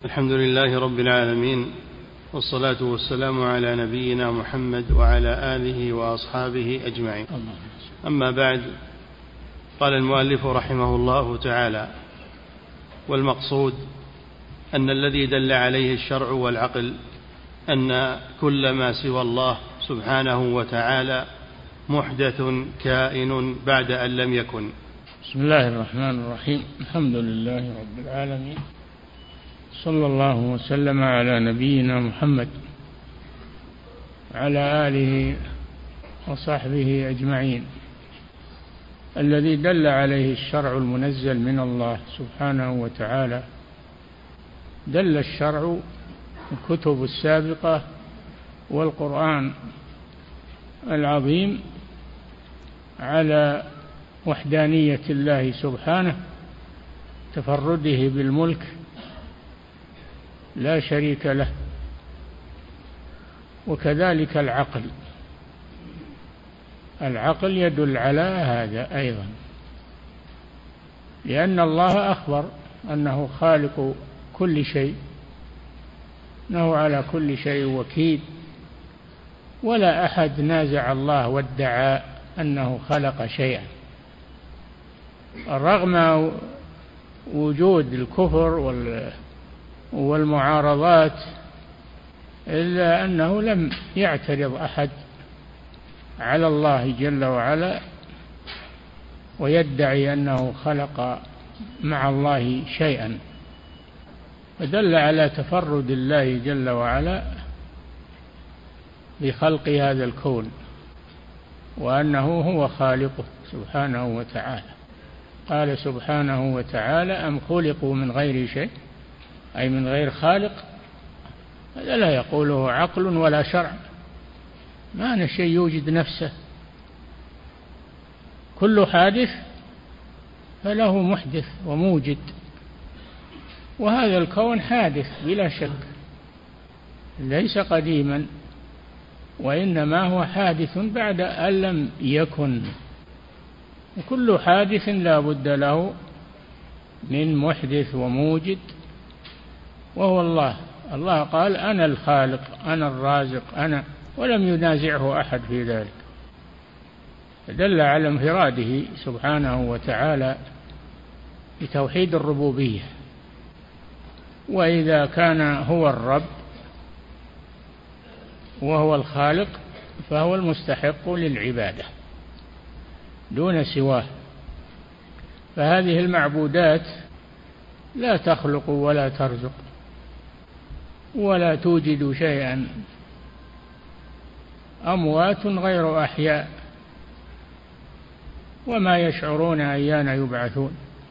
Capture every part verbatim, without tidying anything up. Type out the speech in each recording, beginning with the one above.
الحمد لله رب العالمين، والصلاة والسلام على نبينا محمد وعلى آله وأصحابه أجمعين. أما بعد، قال المؤلف رحمه الله تعالى: والمقصود أن الذي دل عليه الشرع والعقل أن كل ما سوى الله سبحانه وتعالى محدث كائن بعد أن لم يكن. بسم الله الرحمن الرحيم. الحمد لله رب العالمين، صلى الله وسلم على نبينا محمد وعلى آله وصحبه أجمعين. الذي دل عليه الشرع المنزل من الله سبحانه وتعالى، دل الشرع الكتب السابقة والقرآن العظيم على وحدانية الله سبحانه، تفرده بالملك لا شريك له. وكذلك العقل العقل يدل على هذا أيضا، لأن الله أخبر أنه خالق كل شيء، أنه على كل شيء وكيل، ولا أحد نازع الله وادعى أنه خلق شيئا، رغم وجود الكفر والمعارضات، إلا أنه لم يعترض أحد على الله جل وعلا ويدعي أنه خلق مع الله شيئا، فدل على تفرد الله جل وعلا بخلق هذا الكون، وأنه هو خالقه سبحانه وتعالى. قال سبحانه وتعالى: أم خلقوا من غير شيء، أي من غير خالق. هذا لا يقوله عقل ولا شرع، ما أنا شيء يوجد نفسه، كل حادث فله محدث وموجد، وهذا الكون حادث بلا شك، ليس قديما، وإنما هو حادث بعد أن لم يكن، وكل حادث لا بد له من محدث وموجد، وهو الله. الله قال: أنا الخالق، أنا الرازق، أنا، ولم ينازعه أحد في ذلك، دل على انفراده سبحانه وتعالى بتوحيد الربوبية. وإذا كان هو الرب وهو الخالق فهو المستحق للعبادة دون سواه، فهذه المعبودات لا تخلق ولا ترزق ولا توجد شيئا، أموات غير أحياء، وما يشعرون أيان يبعثون.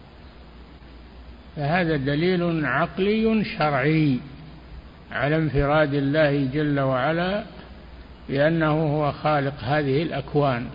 فهذا دليل عقلي شرعي على انفراد الله جل وعلا بأنه هو خالق هذه الأكوان،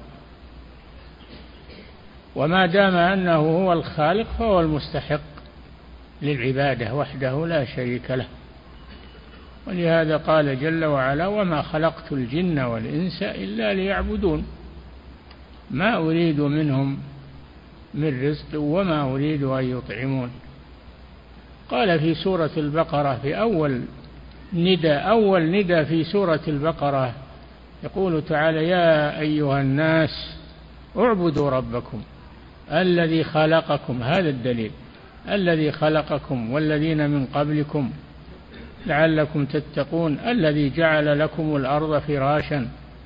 وما دام أنه هو الخالق فهو المستحق للعبادة وحده لا شريك له. ولهذا قال جل وعلا: وما خلقت الجن والإنس إلا ليعبدون ما أريد منهم من رزق وما أريد أن يطعمون. قال في سورة البقرة في أول ندى أول ندى في سورة البقرة، يقول تعالى: يا أيها الناس اعبدوا ربكم الذي خلقكم. هذا الدليل، الذي خلقكم والذين من قبلكم لعلكم تتقون، الذي جعل لكم الأرض فراشا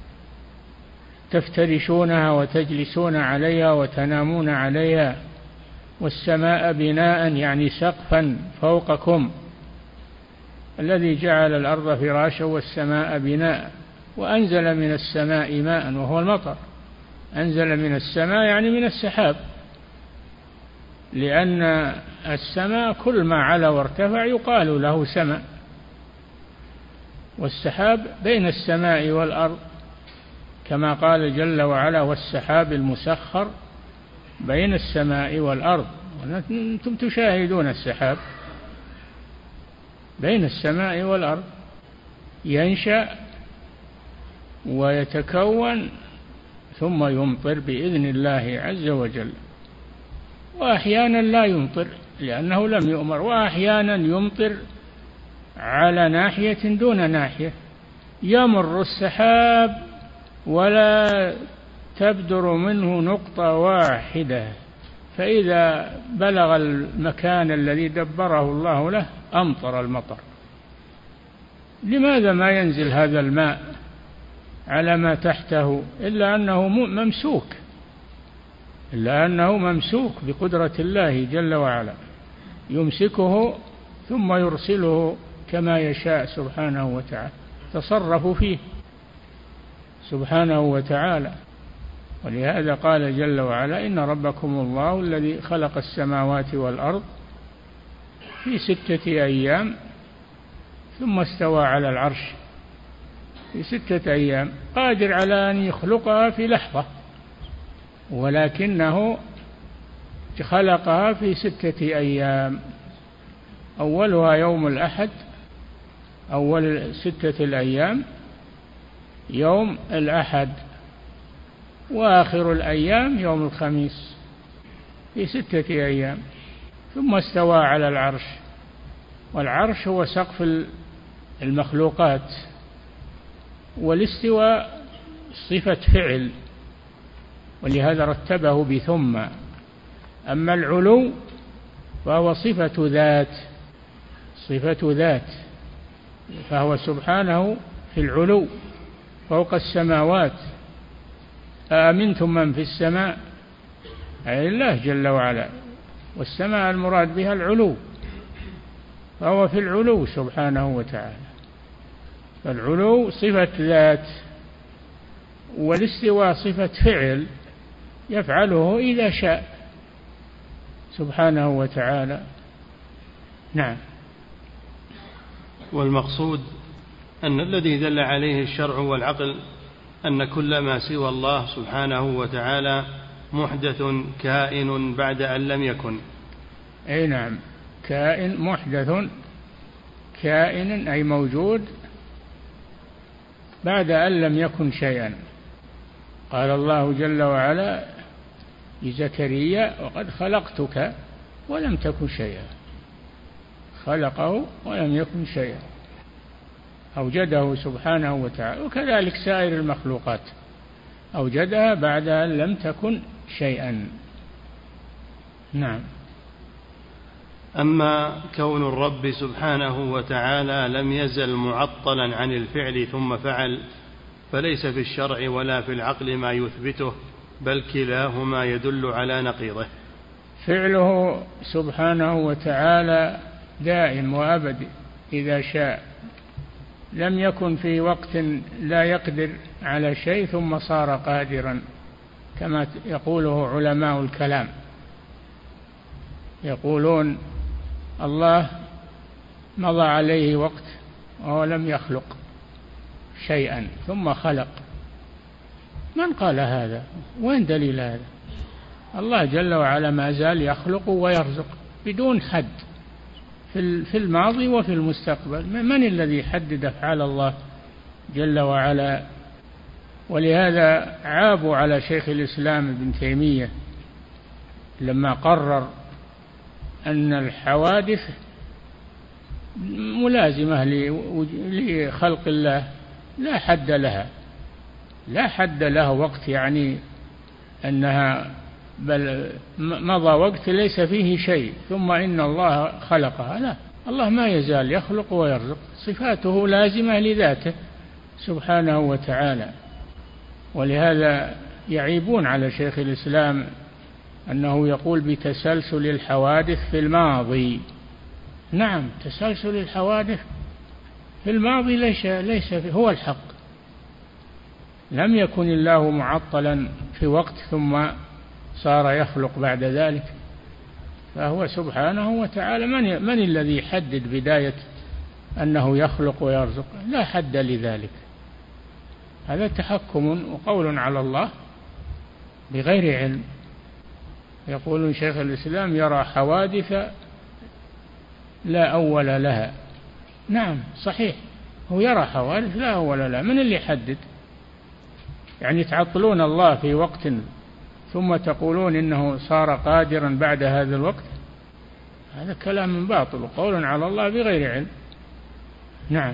تفترشونها وتجلسون عليها وتنامون عليها، والسماء بناء يعني سقفا فوقكم، الذي جعل الأرض فراشا والسماء بناء، وأنزل من السماء ماء وهو المطر. أنزل من السماء يعني من السحاب، لأن السماء كل ما علا وارتفع يقال له سماء، والسحاب بين السماء والأرض، كما قال جل وعلا: والسحاب المسخر بين السماء والأرض. أنتم تشاهدون السحاب بين السماء والأرض، ينشأ ويتكون ثم يمطر بإذن الله عز وجل، وأحيانا لا يمطر لأنه لم يؤمر، وأحيانا يمطر على ناحية دون ناحية، يمر السحاب ولا تبدر منه نقطة واحدة، فإذا بلغ المكان الذي دبره الله له أمطر المطر. لماذا ما ينزل هذا الماء على ما تحته إلا أنه ممسوك إلا أنه ممسوك بقدرة الله جل وعلا، يمسكه ثم يرسله كما يشاء سبحانه وتعالى، تصرفوا فيه سبحانه وتعالى. ولهذا قال جل وعلا: إن ربكم الله الذي خلق السماوات والأرض في ستة أيام ثم استوى على العرش. في ستة أيام قادر على أن يخلقها في لحظة، ولكنه خلقها في ستة أيام، أولها يوم الأحد، أول ستة الأيام يوم الأحد، وآخر الأيام يوم الخميس، في ستة أيام. ثم استوى على العرش، والعرش هو سقف المخلوقات، والاستواء صفة فعل، ولهذا رتبه بثم. أما العلو فهو صفة ذات، صفة ذات، فهو سبحانه في العلو فوق السماوات. أأمنتم من في السماء، أي الله جل وعلا، والسماء المراد بها العلو، فهو في العلو سبحانه وتعالى. فالعلو صفة ذات، والاستواء صفة فعل يفعله إذا شاء سبحانه وتعالى. نعم. والمقصود أن الذي دل عليه الشرع والعقل أن كل ما سوى الله سبحانه وتعالى محدث كائن بعد أن لم يكن. أي نعم، كائن محدث، كائن أي موجود بعد أن لم يكن شيئا. قال الله جل وعلا لزكريا: وقد خلقتك ولم تكن شيئا. خلقه ولم يكن شيئا، أوجده سبحانه وتعالى. وكذلك سائر المخلوقات أوجدها بعد أن لم تكن شيئا. نعم. أما كون الرب سبحانه وتعالى لم يزل معطلا عن الفعل ثم فعل، فليس في الشرع ولا في العقل ما يثبته، بل كلاهما يدل على نقيضه. فعله سبحانه وتعالى دائم وأبد إذا شاء، لم يكن في وقت لا يقدر على شيء ثم صار قادرا، كما يقوله علماء الكلام، يقولون الله مضى عليه وقت وهو لم يخلق شيئا ثم خلق. من قال هذا؟ وين دليل هذا؟ الله جل وعلا ما زال يخلق ويرزق بدون حد في الماضي وفي المستقبل. من الذي حدد أفعال الله جل وعلا؟ ولهذا عابوا على شيخ الإسلام ابن تيمية لما قرر أن الحوادث ملازمة لخلق الله لا حد لها، لا حد لها وقت، يعني أنها بل مضى وقت ليس فيه شيء ثم إن الله خلقها. لا، الله ما يزال يخلق ويرزق، صفاته لازمة لذاته سبحانه وتعالى. ولهذا يعيبون على شيخ الإسلام أنه يقول بتسلسل الحوادث في الماضي. نعم، تسلسل الحوادث في الماضي ليس ليس هو الحق. لم يكن الله معطلا في وقت ثم صار يخلق بعد ذلك، فهو سبحانه وتعالى من, من الذي يحدد بداية أنه يخلق ويرزق؟ لا حد لذلك. هذا تحكم وقول على الله بغير علم. يقول شيخ الإسلام يرى حوادث لا أول لها. نعم صحيح، هو يرى حوادث لا أول لها. من اللي يحدد؟ يعني تعطلون الله في وقت ثم تقولون إنه صار قادرا بعد هذا الوقت؟ هذا كلام باطل وقول على الله بغير علم. نعم.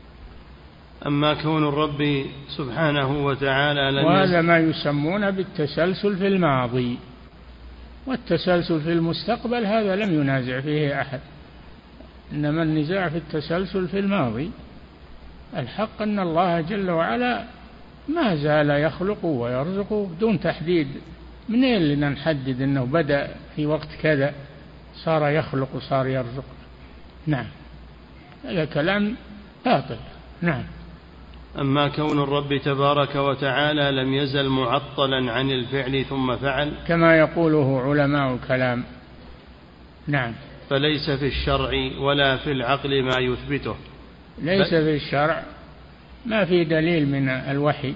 أما كون الرب سبحانه وتعالى لم وهذا ما يسمون بالتسلسل في الماضي، والتسلسل في المستقبل هذا لم ينازع فيه أحد، إنما النزاع في التسلسل في الماضي. الحق أن الله جل وعلا ما زال يخلق ويرزق دون تحديد. منين لنا نحدد أنه بدأ في وقت كذا صار يخلق وصار يرزق؟ نعم، هذا كلام باطل. نعم. أما كون الرب تبارك وتعالى لم يزل معطلا عن الفعل ثم فعل كما يقوله علماء الكلام. نعم. فليس في الشرع ولا في العقل ما يثبته. ليس في الشرع، ما في دليل من الوحي،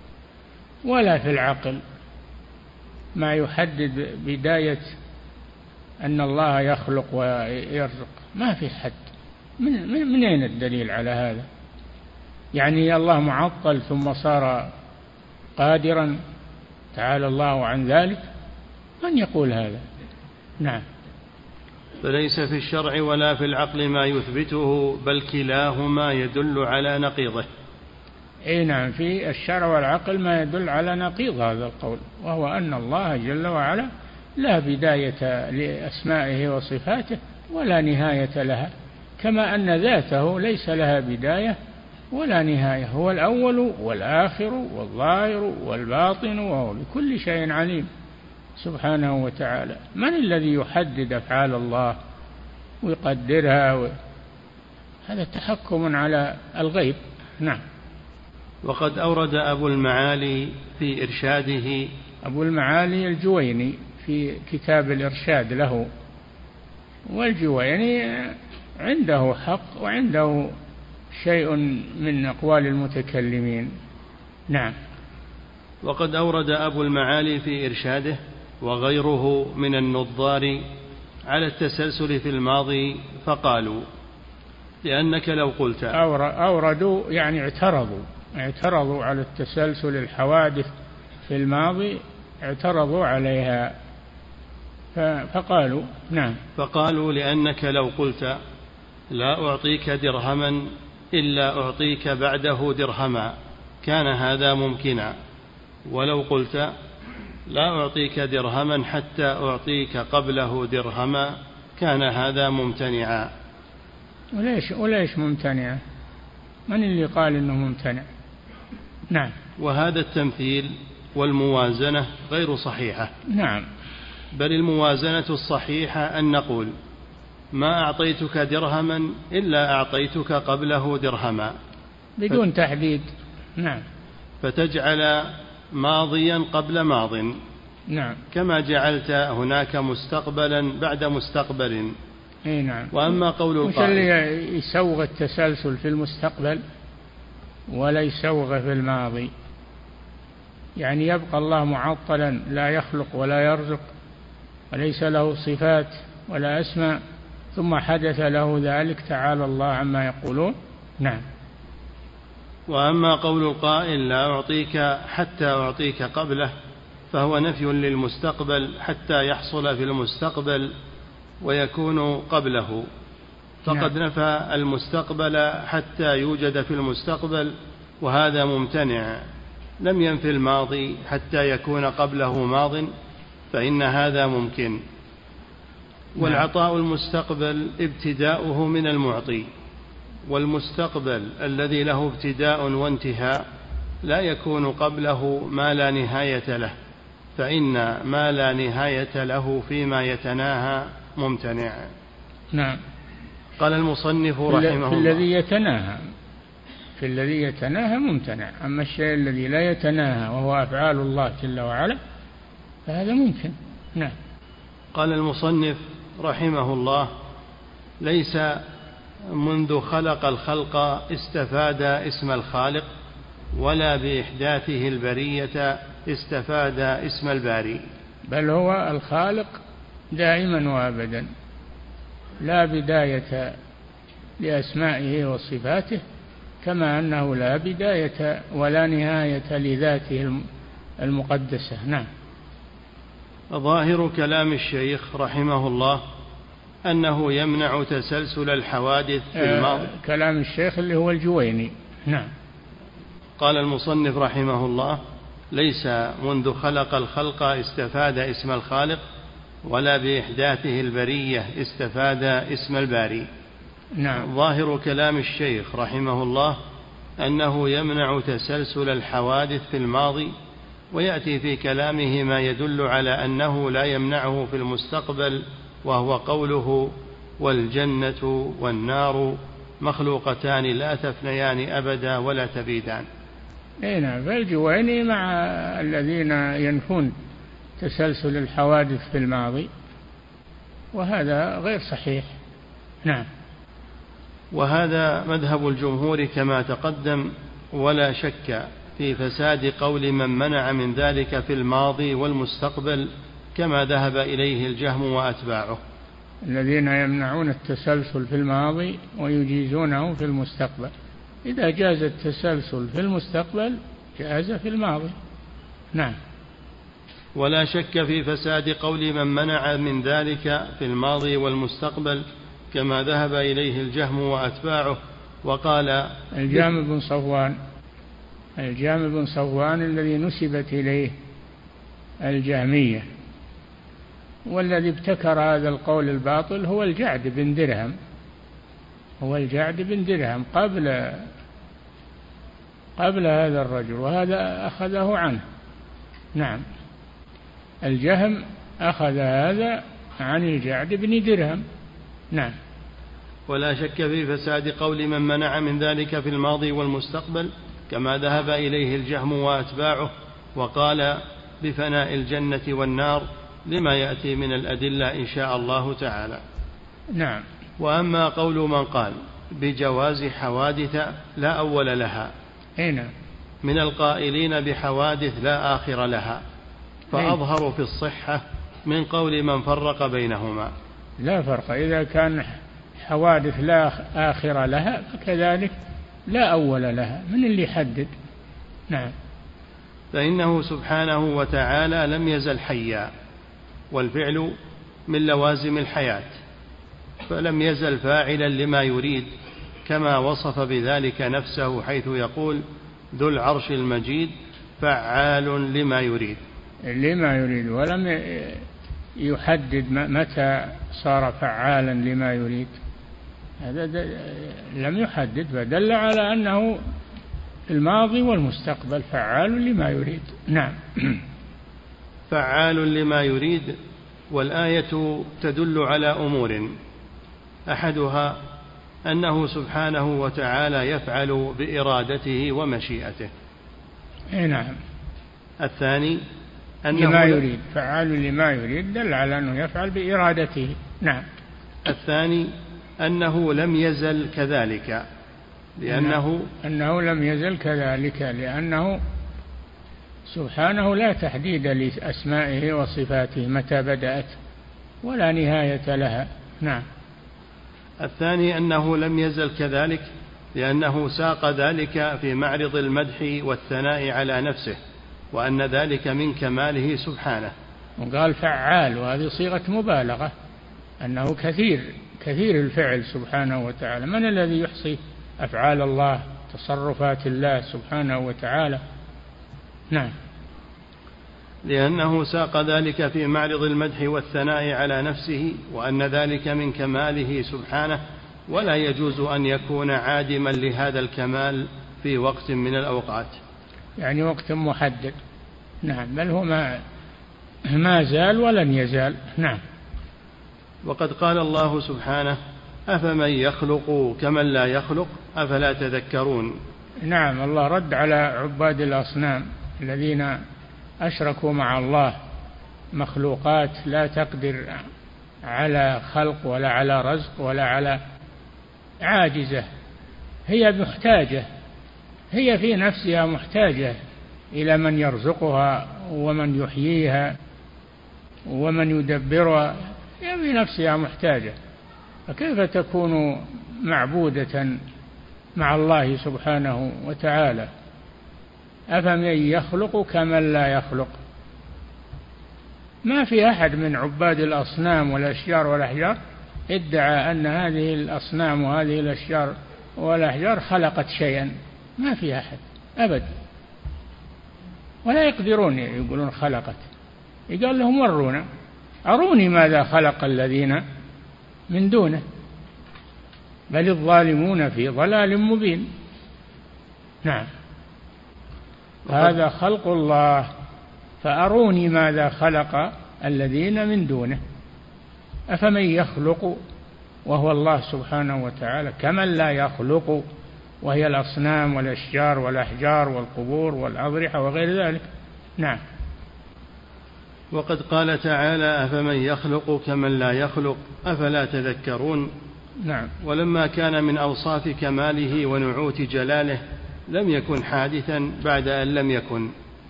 ولا في العقل ما يحدد بداية أن الله يخلق ويرزق. ما في حد. من, من, من أين الدليل على هذا؟ يعني الله معطل ثم صار قادرا؟ تعالى الله عن ذلك. من يقول هذا؟ نعم. فليس في الشرع ولا في العقل ما يثبته، بل كلاهما يدل على نقيضه. اي نعم، في الشرع والعقل ما يدل على نقيض هذا القول، وهو أن الله جل وعلا لا بداية لأسمائه وصفاته ولا نهاية لها، كما أن ذاته ليس لها بداية ولا نهاية. هو الأول والآخر والظاهر والباطن، وهو بكل شيء عليم سبحانه وتعالى. من الذي يحدد أفعال الله ويقدرها و... هذا تحكم على الغيب. نعم. وقد أورد أبو المعالي في إرشاده، أبو المعالي الجويني في كتاب الإرشاد له، والجويني عنده حق وعنده شيء من أقوال المتكلمين. نعم. وقد أورد أبو المعالي في إرشاده وغيره من النظار على التسلسل في الماضي، فقالوا لأنك لو قلت أوردوا يعني اعترضوا اعترضوا على التسلسل الحوادث في الماضي، اعترضوا عليها فقالوا. نعم. فقالوا لأنك لو قلت لا أعطيك درهما إلا أعطيك بعده درهما كان هذا ممكنا، ولو قلت لا أعطيك درهما حتى أعطيك قبله درهما كان هذا ممتنعا. وليش وليش ممتنعا؟ من اللي قال إنه ممتنع؟ نعم. وهذا التمثيل والموازنة غير صحيحة. نعم. بل الموازنة الصحيحة أن نقول ما أعطيتك درهما إلا أعطيتك قبله درهما بدون ف... تحديد. نعم. فتجعل ماضيا قبل ماض. نعم. كما جعلت هناك مستقبلا بعد مستقبل. اي نعم. وأما قول القائل مش اللي يسوغ التسلسل في المستقبل ولا يسوغ في الماضي، يعني يبقى الله معطلا لا يخلق ولا يرزق وليس له صفات ولا أسماء، ثم حدث له ذلك تعالى الله عما يقولون. نعم. وأما قول القائل لا أعطيك حتى أعطيك قبله فهو نفي للمستقبل حتى يحصل في المستقبل ويكون قبله، فقد نعم. نفى المستقبل حتى يوجد في المستقبل، وهذا ممتنع. لم ينفي الماضي حتى يكون قبله ماض، فإن هذا ممكن. والعطاء المستقبل ابتداؤه من المعطي، والمستقبل الذي له ابتداء وانتهاء لا يكون قبله ما لا نهاية له، فإن ما لا نهاية له فيما يتناهى ممتنع. نعم. قال المصنف رحمه الله في الذي يتناهى في الذي يتناهى ممتنع، أما الشيء الذي لا يتناهى وهو أفعال الله جل وعلا فهذا ممكن. نعم. قال المصنف رحمه الله ليس منذ خلق الخلق استفاد اسم الخالق، ولا بإحداثه البرية استفاد اسم الباري، بل هو الخالق دائما وأبدا، لا بداية لأسمائه وصفاته، كما أنه لا بداية ولا نهاية لذاته المقدسة. نعم. ظاهر كلام الشيخ رحمه الله أنه يمنع تسلسل الحوادث في الماضي. آه كلام الشيخ اللي هو الجويني. نعم. قال المصنف رحمه الله: ليس منذ خلق الخلق استفاد اسم الخالق، ولا بإحداثه البرية استفاد اسم الباري. نعم. ظاهر كلام الشيخ رحمه الله أنه يمنع تسلسل الحوادث في الماضي، ويأتي في كلامه ما يدل على أنه لا يمنعه في المستقبل، وهو قوله: والجنة والنار مخلوقتان لا تفنيان أبدا ولا تبيدان. نعم. فالجويني مع الذين ينفون تسلسل الحوادث في الماضي، وهذا غير صحيح. نعم. وهذا مذهب الجمهور كما تقدم، ولا شك في فساد قول من منع من ذلك في الماضي والمستقبل، كما ذهب إليه الجهم وأتباعه، الذين يمنعون التسلسل في الماضي ويجيزونه في المستقبل. إذا جاز التسلسل في المستقبل جاز في الماضي. نعم. ولا شك في فساد قول من منع من ذلك في الماضي والمستقبل، كما ذهب إليه الجهم وأتباعه. وقال الجهم بن صفوان الجهم بن صفوان الذي نسبت إليه الجهمية، والذي ابتكر هذا القول الباطل هو الجعد بن درهم هو الجعد بن درهم قبل قبل هذا الرجل، وهذا أخذه عنه. نعم. الجهم أخذ هذا عن الجعد بن درهم. نعم. ولا شك في فساد قول من منع من ذلك في الماضي والمستقبل، كما ذهب إليه الجهم وأتباعه. وقال بفناء الجنة والنار، لما يأتي من الأدلة إن شاء الله تعالى. نعم. وأما قول من قال بجواز حوادث لا أول لها، هنا من القائلين بحوادث لا آخر لها، فأظهر في الصحة من قول من فرق بينهما. لا فرق، إذا كان حوادث لا آخر لها فكذلك لا أول لها، من اللي يحدد؟ نعم. فإنه سبحانه وتعالى لم يزل حيا، والفعل من لوازم الحياة، فلم يزل فاعلا لما يريد، كما وصف بذلك نفسه حيث يقول: ذو العرش المجيد فعال لما يريد لما يريد ولم يحدد متى صار فعالا لما يريد. هذا لم يحدد، فدل على أنه في الماضي والمستقبل فعال لما يريد. نعم. فعال لما يريد. والآية تدل على أمور: أحدها أنه سبحانه وتعالى يفعل بإرادته ومشيئته. نعم. الثاني أنه لما يريد، فعال لما يريد دل على أنه يفعل بإرادته. نعم. الثاني أنه لم يزل كذلك، لأنه أنه لم يزل كذلك لأنه سبحانه لا تحديد لأسمائه وصفاته متى بدأت ولا نهاية لها. نعم. الثاني أنه لم يزل كذلك لأنه ساق ذلك في معرض المدح والثناء على نفسه، وأن ذلك من كماله سبحانه. وقال فعال، وهذه صيغة مبالغة، أنه كثير كثير الفعل سبحانه وتعالى. من الذي يحصي أفعال الله، تصرفات الله سبحانه وتعالى؟ نعم. لأنه ساق ذلك في معرض المدح والثناء على نفسه، وأن ذلك من كماله سبحانه، ولا يجوز أن يكون عادما لهذا الكمال في وقت من الأوقات، يعني وقت محدد. نعم. بل هو ما, ما زال ولن يزال. نعم. وقد قال الله سبحانه: أفمن يخلق كمن لا يخلق أفلا تذكرون. نعم. الله رد على عباد الأصنام الذين أشركوا مع الله مخلوقات لا تقدر على خلق ولا على رزق ولا على، عاجزة، هي محتاجة، هي في نفسها محتاجة إلى من يرزقها ومن يحييها ومن يدبرها، هي في نفسها محتاجة، فكيف تكون معبودة مع الله سبحانه وتعالى؟ أفمن يخلق كمن لا يخلق. ما في أحد من عباد الأصنام والأشجار والأحجار ادعى أن هذه الأصنام وهذه الأشجار والأحجار خلقت شيئا، ما في أحد أبدا، ولا يقدرون يقولون خلقت. يقال لهم ورونا، أروني ماذا خلق الذين من دونه، بل الظالمون في ضلال مبين. نعم، هذا خلق الله، فأروني ماذا خلق الذين من دونه، أفمن يخلق وهو الله سبحانه وتعالى كمن لا يخلق، وهي الأصنام والأشجار والأحجار والقبور والأضرحة وغير ذلك. نعم. وقد قال تعالى: أفمن يخلق كمن لا يخلق أفلا تذكرون. نعم. ولما كان من أوصاف كماله ونعوت جلاله لم يكن حادثا بعد أن لم يكن.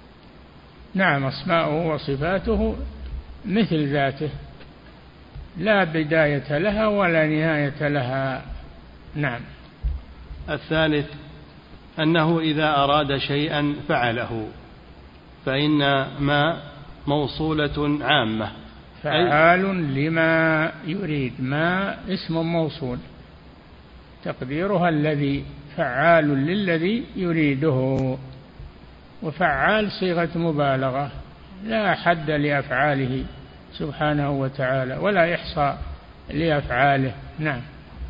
نعم، أسماؤه وصفاته مثل ذاته، لا بداية لها ولا نهاية لها. نعم. الثالث أنه إذا أراد شيئا فعله، فإن ما موصولة عامة، فعال لما يريد، ما اسم موصول تقديرها الذي، فعال للذي يريده، وفعال صيغة مبالغة لا حد لأفعاله سبحانه وتعالى ولا يحصى لأفعاله. نعم.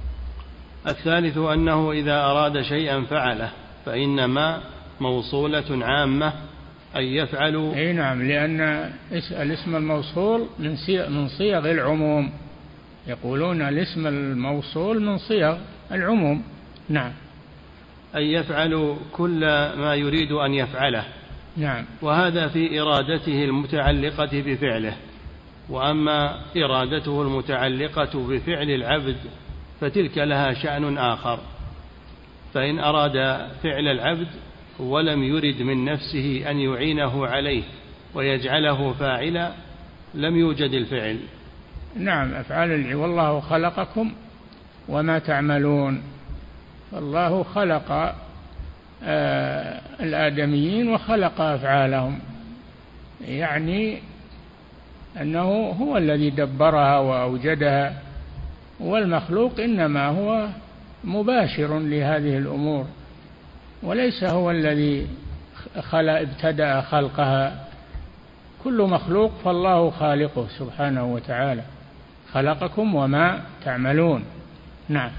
الثالث أنه إذا أراد شيئا فعله، فإنما موصولة عامة أي يفعل. أي نعم، لأن الاسم الموصول من صيغ العموم، يقولون الاسم الموصول من صيغ العموم. نعم. أي يفعل كل ما يريد أن يفعله. نعم. وهذا في إرادته المتعلقة بفعله. وأما إرادته المتعلقة بفعل العبد فتلك لها شأن آخر، فإن أراد فعل العبد ولم يرد من نفسه أن يعينه عليه ويجعله فاعلا لم يوجد الفعل. نعم، أفعال العبد. والله خلقكم وما تعملون، فالله خلق آه الآدميين وخلق أفعالهم، يعني أنه هو الذي دبرها وأوجدها، والمخلوق إنما هو مباشر لهذه الأمور، وليس هو الذي خلق ابتدأ خلقها. كل مخلوق فالله خالقه سبحانه وتعالى، خلقكم وما تعملون. نعم.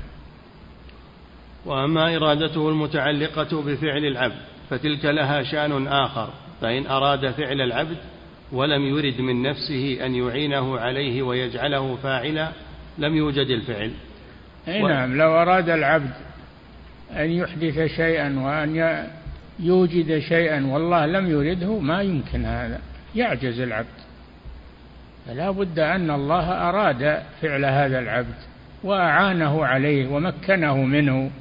وأما إرادته المتعلقة بفعل العبد فتلك لها شأن آخر، فإن أراد فعل العبد ولم يرد من نفسه أن يعينه عليه ويجعله فاعلا لم يوجد الفعل. و... نعم، لو أراد العبد أن يحدث شيئا وأن يوجد شيئا والله لم يرده ما يمكن هذا، يعجز العبد. فلا بد أن الله أراد فعل هذا العبد وأعانه عليه ومكنه منه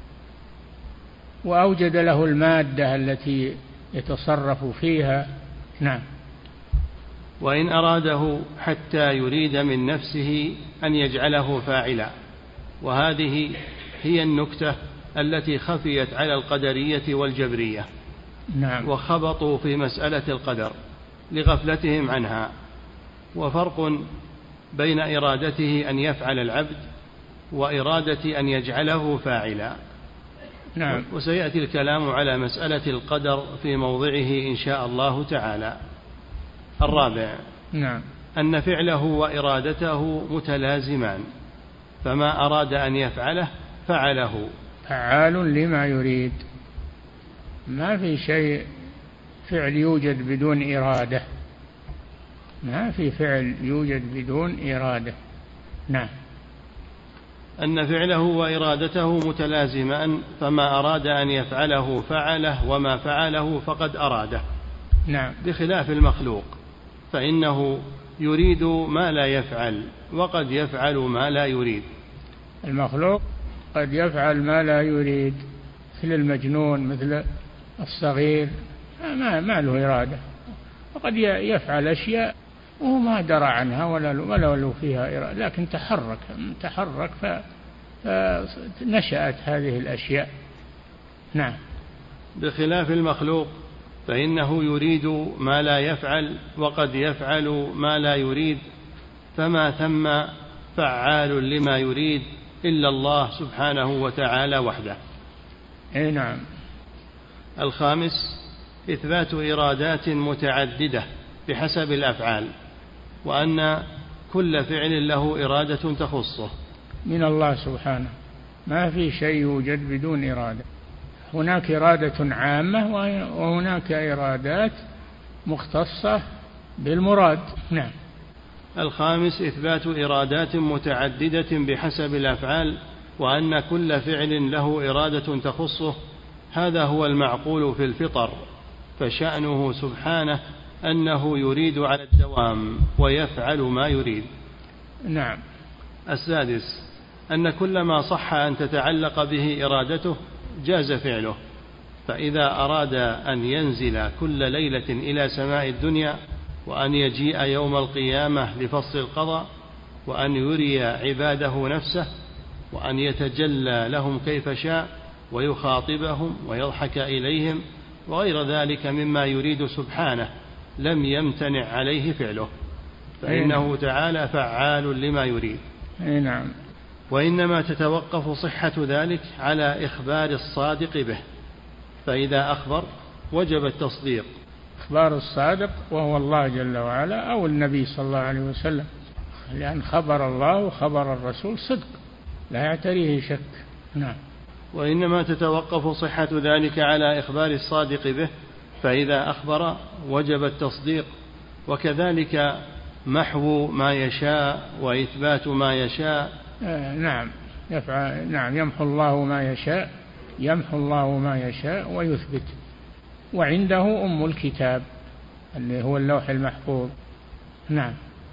وأوجد له المادة التي يتصرف فيها. نعم. وإن أراده حتى يريد من نفسه أن يجعله فاعلا، وهذه هي النكتة التي خفيت على القدرية والجبرية. نعم. وخبطوا في مسألة القدر لغفلتهم عنها. وفرق بين إرادته أن يفعل العبد وإرادة أن يجعله فاعلا. نعم. وسيأتي الكلام على مسألة القدر في موضعه إن شاء الله تعالى. الرابع نعم. أن فعله وإرادته متلازمان، فما أراد أن يفعله فعله، فعال لما يريد. ما في شيء فعل يوجد بدون إرادة، ما في فعل يوجد بدون إرادة. نعم. أن فعله وإرادته متلازمان، فما أراد أن يفعله فعله، وما فعله فقد أراده. نعم. بخلاف المخلوق فإنه يريد ما لا يفعل وقد يفعل ما لا يريد. المخلوق قد يفعل ما لا يريد، مثل المجنون، مثل الصغير، ما, ما له إرادة، وقد يفعل أشياء وهو ما درى عنها ولا ولا له فيها إرادة، لكن تحرك تحرك فنشأت هذه الأشياء. نعم. بخلاف المخلوق فإنه يريد ما لا يفعل وقد يفعل ما لا يريد، فما ثم فعال لما يريد إلا الله سبحانه وتعالى وحده. أي نعم. الخامس إثبات إرادات متعددة بحسب الأفعال، وأن كل فعل له إرادة تخصه من الله سبحانه، ما في شيء يوجد بدون إرادة، هناك إرادة عامة وهناك إرادات مختصة بالمراد. نعم. الخامس إثبات إرادات متعددة بحسب الأفعال، وأن كل فعل له إرادة تخصه، هذا هو المعقول في الفطر، فشأنه سبحانه أنه يريد على الدوام ويفعل ما يريد. نعم. السادس أن كل ما صح أن تتعلق به إرادته جاز فعله، فإذا أراد أن ينزل كل ليلة إلى سماء الدنيا، وأن يجيء يوم القيامة لفصل القضاء، وأن يري عباده نفسه، وأن يتجلى لهم كيف شاء ويخاطبهم ويضحك إليهم وغير ذلك مما يريد سبحانه، لم يمتنع عليه فعله، فإنه تعالى فعال لما يريد. أي نعم. وإنما تتوقف صحة ذلك على إخبار الصادق به، فإذا أخبر وجب التصديق. إخبار الصادق وهو الله جل وعلا أو النبي صلى الله عليه وسلم، لأن خبر الله وخبر الرسول صدق لا يعتريه شك. نعم. وإنما تتوقف صحة ذلك على إخبار الصادق به، فإذا أخبر وجب التصديق. وكذلك محو ما يشاء وإثبات ما يشاء. آه نعم يفعل. نعم يمحو الله ما يشاء، يمحو الله ما يشاء ويثبت. وعنده أم الكتاب اللي هو اللوح المحفوظ. نعم.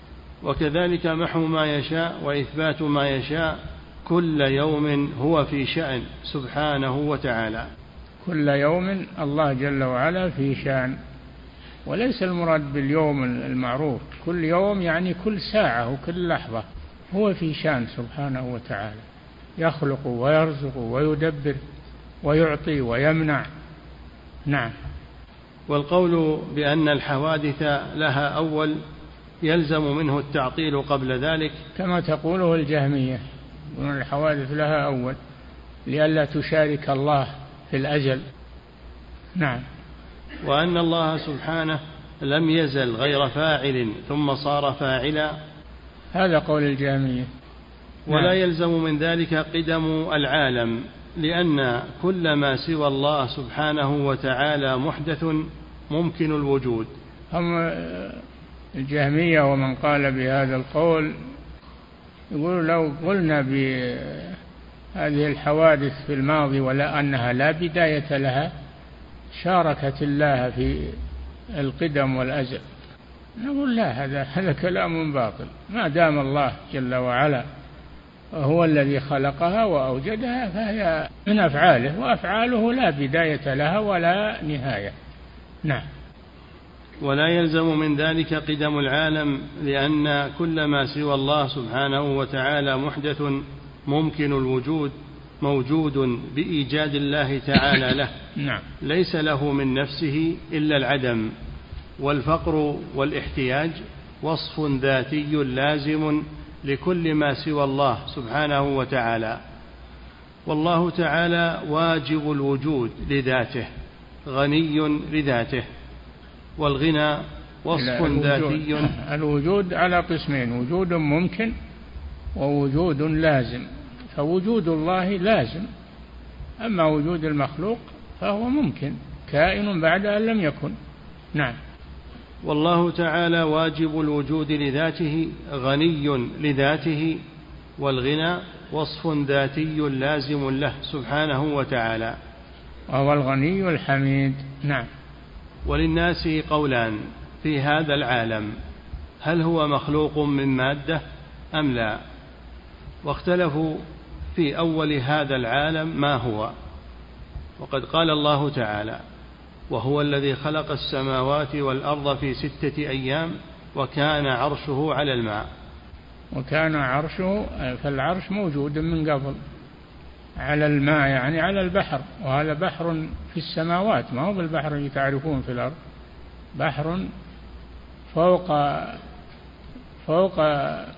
وكذلك محو ما يشاء وإثبات ما يشاء، كل يوم هو في شأن سبحانه وتعالى. كل يوم الله جل وعلا في شأن، وليس المراد باليوم المعروف، كل يوم يعني كل ساعة وكل لحظة هو في شأن سبحانه وتعالى، يخلق ويرزق ويدبر ويعطي ويمنع. نعم. والقول بأن الحوادث لها أول يلزم منه التعطيل قبل ذلك، كما تقوله الجهمية، وأن الحوادث لها أول لئلا تشارك الله في الأجل. نعم. وأن الله سبحانه لم يزل غير فاعل ثم صار فاعلا، هذا قول الجهمية. ولا يلزم من ذلك قدم العالم، لأن كل ما سوى الله سبحانه وتعالى محدث ممكن الوجود. هم الجهمية ومن قال بهذا القول يقول لو قلنا بهذه الحوادث في الماضي ولا أنها لا بداية لها شاركت الله في القدم والأزل، نقول لا، هذا هذا كلام باطل، ما دام الله جل وعلا هو الذي خلقها وأوجدها فهي من أفعاله، وأفعاله لا بداية لها ولا نهاية. نعم. ولا يلزم من ذلك قدم العالم، لأن كل ما سوى الله سبحانه وتعالى محدث ممكن الوجود، موجود بإيجاد الله تعالى له. نعم. ليس له من نفسه إلا العدم، والفقر والاحتياج وصف ذاتي لازم لكل ما سوى الله سبحانه وتعالى. والله تعالى واجب الوجود لذاته، غني لذاته. والغنى وصف ذاتي. الوجود على قسمين، وجود ممكن ووجود لازم، فوجود الله لازم، أما وجود المخلوق فهو ممكن، كائن بعد أن لم يكن. نعم. والله تعالى واجب الوجود لذاته، غني لذاته. والغنى وصف ذاتي لازم له سبحانه وتعالى، وهو الغني الحميد. نعم. وللناس قولان في هذا العالم، هل هو مخلوق من مادة أم لا؟ واختلفوا في أول هذا العالم ما هو. وقد قال الله تعالى: وهو الذي خلق السماوات والأرض في ستة أيام وكان عرشه على الماء. وكان عرشه، فالعرش موجود من قبل على الماء، يعني على البحر، وهذا بحر في السماوات، ما هو بالبحر اللي تعرفون في الأرض، بحر فوق فوق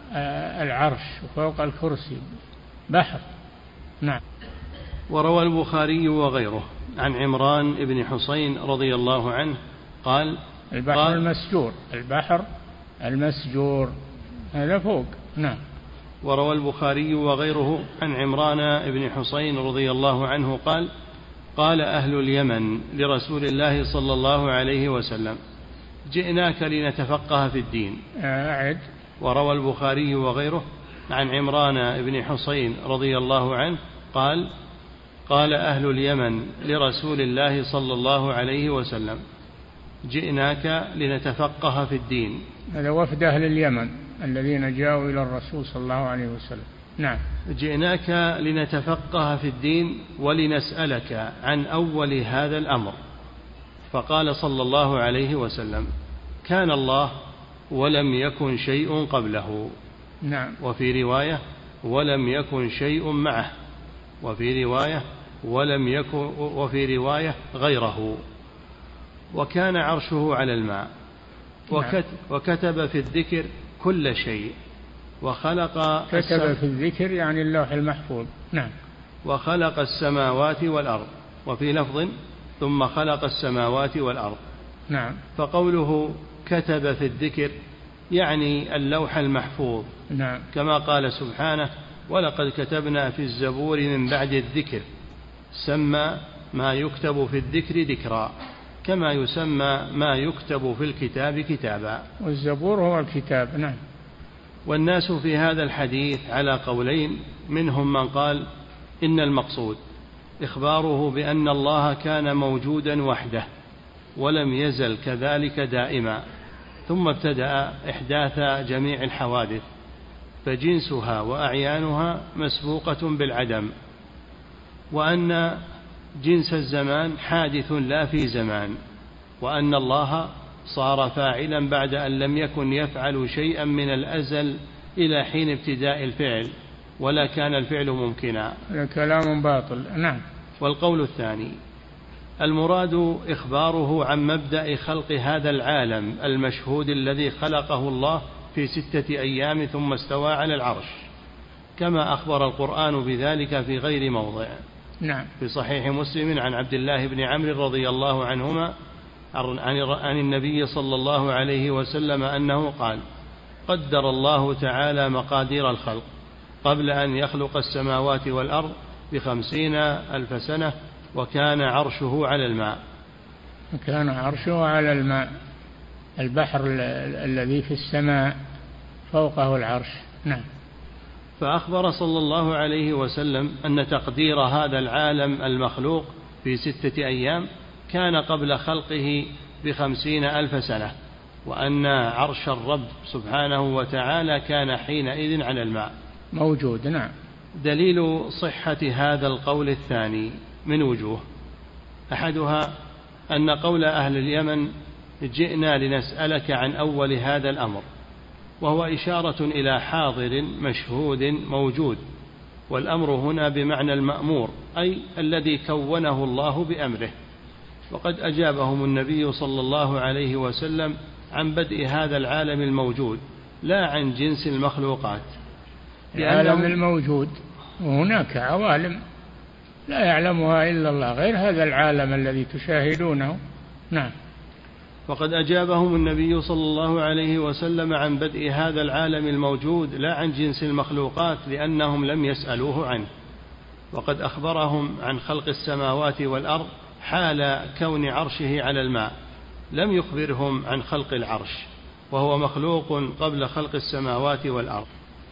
العرش وفوق الكرسي، بحر. نعم. وروى البخاري وغيره عن عمران بن حسين رضي الله عنه قال: البحر قال المسجور، البحر المسجور هذا فوق. نعم. وروى البخاري وغيره عن عمران بن حسين رضي الله عنه قال: قال أهل اليمن لرسول الله صلى الله عليه وسلم: جئناك لنتفقه في الدين. أعد. وروى البخاري وغيره عن عمران بن حسين رضي الله عنه قال: قال أهل اليمن لرسول الله صلى الله عليه وسلم: جئناك لنتفقه في الدين. هذا وفد أهل اليمن الذين جاءوا إلى الرسول صلى الله عليه وسلم. نعم. جئناك لنتفقه في الدين ولنسألك عن أول هذا الأمر. فقال صلى الله عليه وسلم: كان الله ولم يكن شيء قبله. نعم. وفي رواية: ولم يكن شيء معه. وفي رواية: ولم يكن وفي رواية غيره. وكان عرشه على الماء. وكتب في الذكر كل شيء. وخلق كتب في الذكر يعني اللوح المحفوظ. نعم. وخلق السماوات والأرض. وفي لفظ: ثم خلق السماوات والأرض. نعم. فقوله كتب في الذكر يعني اللوح المحفوظ. نعم. كما قال سبحانه: ولقد كتبنا في الزبور من بعد الذكر سمى ما يكتب في الذكر ذكرا، كما يسمى ما يكتب في الكتاب كتابا. والزبور هو الكتاب. نعم. والناس في هذا الحديث على قولين، منهم من قال إن المقصود إخباره بأن الله كان موجودا وحده ولم يزل كذلك دائما، ثم ابتدأ إحداث جميع الحوادث، فجنسها وأعيانها مسبوقة بالعدم، وأن جنس الزمان حادث لا في زمان، وأن الله صار فاعلا بعد أن لم يكن يفعل شيئا من الأزل إلى حين ابتداء الفعل، ولا كان الفعل ممكنا. كلام باطل. نعم. والقول الثاني: المراد إخباره عن مبدأ خلق هذا العالم المشهود الذي خلقه الله في ستة أيام ثم استوى على العرش، كما أخبر القرآن بذلك في غير موضع. نعم. في صحيح مسلم عن عبد الله بن عمرو رضي الله عنهما عن النبي صلى الله عليه وسلم أنه قال: قدر الله تعالى مقادير الخلق قبل أن يخلق السماوات والأرض بخمسين ألف سنة، وكان عرشه على الماء. كان عرشه على الماء، البحر الذي في السماء فوقه العرش. نعم. فأخبر صلى الله عليه وسلم أن تقدير هذا العالم المخلوق في ستة أيام كان قبل خلقه بخمسين ألف سنة، وأن عرش الرب سبحانه وتعالى كان حينئذ على الماء موجود. نعم. دليل صحة هذا القول الثاني من وجوه: أحدها أن قول أهل اليمن جئنا لنسألك عن أول هذا الأمر، وهو إشارة إلى حاضر مشهود موجود، والأمر هنا بمعنى المأمور، أي الذي كونه الله بأمره. وقد أجابهم النبي صلى الله عليه وسلم عن بدء هذا العالم الموجود لا عن جنس المخلوقات. العالم الموجود، وهناك عوالم لا يعلمها إلا الله غير هذا العالم الذي تشاهدونه. نعم. وقد أجابهم النبي صلى الله عليه وسلم عن بدء هذا العالم الموجود لا عن جنس المخلوقات، لأنهم لم يسألوه عنه. وقد أخبرهم عن خلق السماوات والأرض حال كون عرشه على الماء، لم يخبرهم عن خلق العرش، وهو مخلوق قبل خلق السماوات والأرض.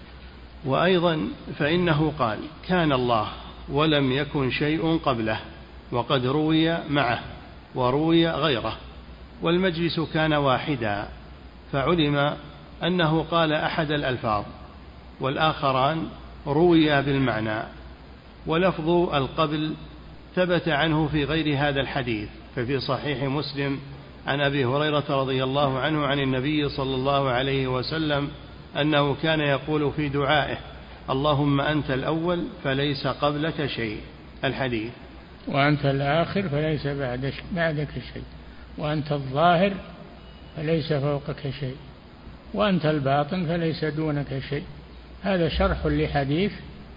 وأيضا فإنه قال: كان الله ولم يكن شيء قبله، وقد روي معه وروي غيره، والمجلس كان واحدا، فعلم أنه قال أحد الألفاظ، والآخران روي بالمعنى. ولفظ القبل ثبت عنه في غير هذا الحديث، ففي صحيح مسلم عن أبي هريرة رضي الله عنه عن النبي صلى الله عليه وسلم أنه كان يقول في دعائه: اللهم أنت الأول فليس قبلك شيء، الحديث. وأنت الآخر فليس بعدك شيء، وأنت الظاهر فليس فوقك شيء. وأنت الباطن فليس دونك شيء. هذا شرح لحديث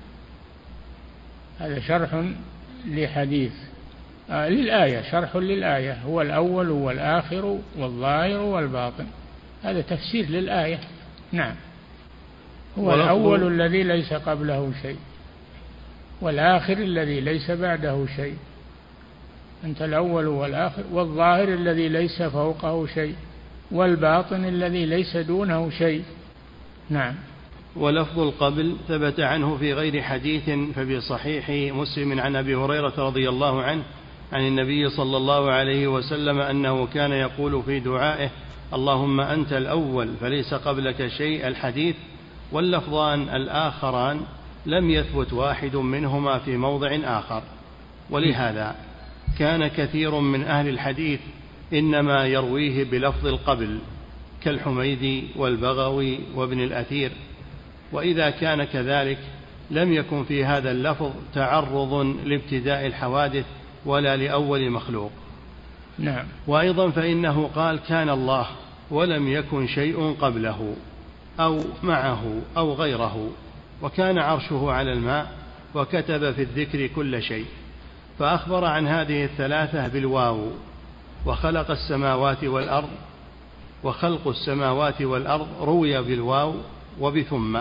هذا شرح لحديث آه للآية، شرح للآية، هو الأول والآخر والظاهر والباطن، هذا تفسير للآية. نعم، هو الأول الذي ليس قبله شيء، والآخر الذي ليس بعده شيء، أنت الأول والآخر، والظاهر الذي ليس فوقه شيء، والباطن الذي ليس دونه شيء. نعم. ولفظ القبل ثبت عنه في غير حديث، ففي صحيح مسلم عن أبي هريرة رضي الله عنه عن النبي صلى الله عليه وسلم أنه كان يقول في دعائه: اللهم أنت الأول فليس قبلك شيء، الحديث. واللفظان الآخران لم يثبت واحد منهما في موضع آخر، ولهذا كان كثير من أهل الحديث إنما يرويه بلفظ القبل كالحميدي والبغوي وابن الأثير، وإذا كان كذلك لم يكن في هذا اللفظ تعرض لابتداء الحوادث ولا لأول مخلوق. نعم. وأيضا فإنه قال كان الله ولم يكن شيء قبله أو معه أو غيره، وكان عرشه على الماء، وكتب في الذكر كل شيء، فأخبر عن هذه الثلاثة بالواو، وخلق السماوات والأرض، وخلق السماوات والأرض روي بالواو وبثم،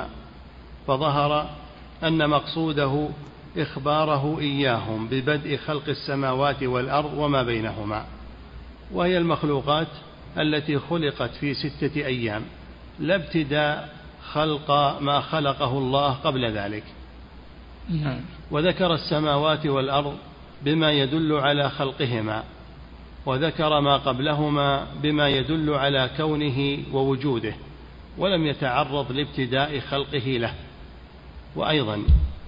فظهر أن مقصوده إخباره إياهم ببدء خلق السماوات والأرض وما بينهما، وهي المخلوقات التي خلقت في ستة أيام، لا ابتداء خلق ما خلقه الله قبل ذلك. نعم. وذكر السماوات والأرض بما يدل على خلقهما، وذكر ما قبلهما بما يدل على كونه ووجوده، ولم يتعرض لابتداء خلقه له. وأيضا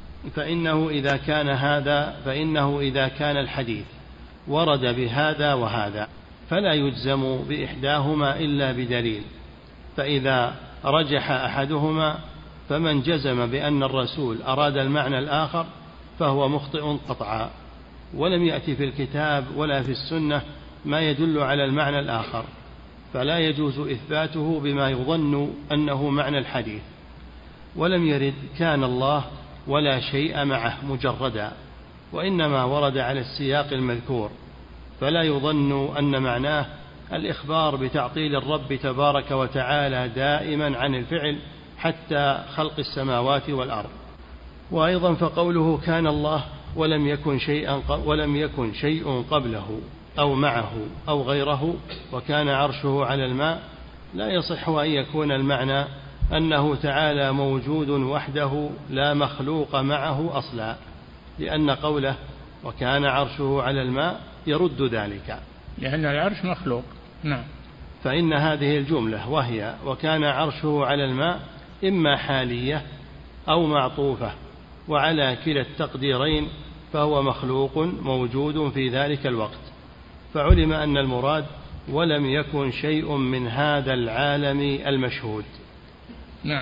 فإنه إذا كان هذا فإنه إذا كان الحديث ورد بهذا وهذا فلا يجزم بإحداهما إلا بدليل، فإذا رجح أحدهما فمن جزم بأن الرسول أراد المعنى الآخر فهو مخطئ قطعا، ولم يأتي في الكتاب ولا في السنة ما يدل على المعنى الآخر، فلا يجوز إثباته بما يظن أنه معنى الحديث. ولم يرد كان الله ولا شيء معه مجردا، وإنما ورد على السياق المذكور، فلا يظن أن معناه الإخبار بتعطيل الرب تبارك وتعالى دائما عن الفعل حتى خلق السماوات والأرض. وأيضا فقوله كان الله ولم يكن شيئا ولم يكن شيء قبله أو معه أو غيره وكان عرشه على الماء، لا يصح أن يكون المعنى أنه تعالى موجود وحده لا مخلوق معه أصلا، لأن قوله وكان عرشه على الماء يرد ذلك، لأن العرش مخلوق. نعم. فإن هذه الجملة وهي وكان عرشه على الماء إما حالية أو معطوفة، وعلى كلا التقديرين فهو مخلوق موجود في ذلك الوقت، فعلم أن المراد ولم يكن شيء من هذا العالم المشهود. نعم.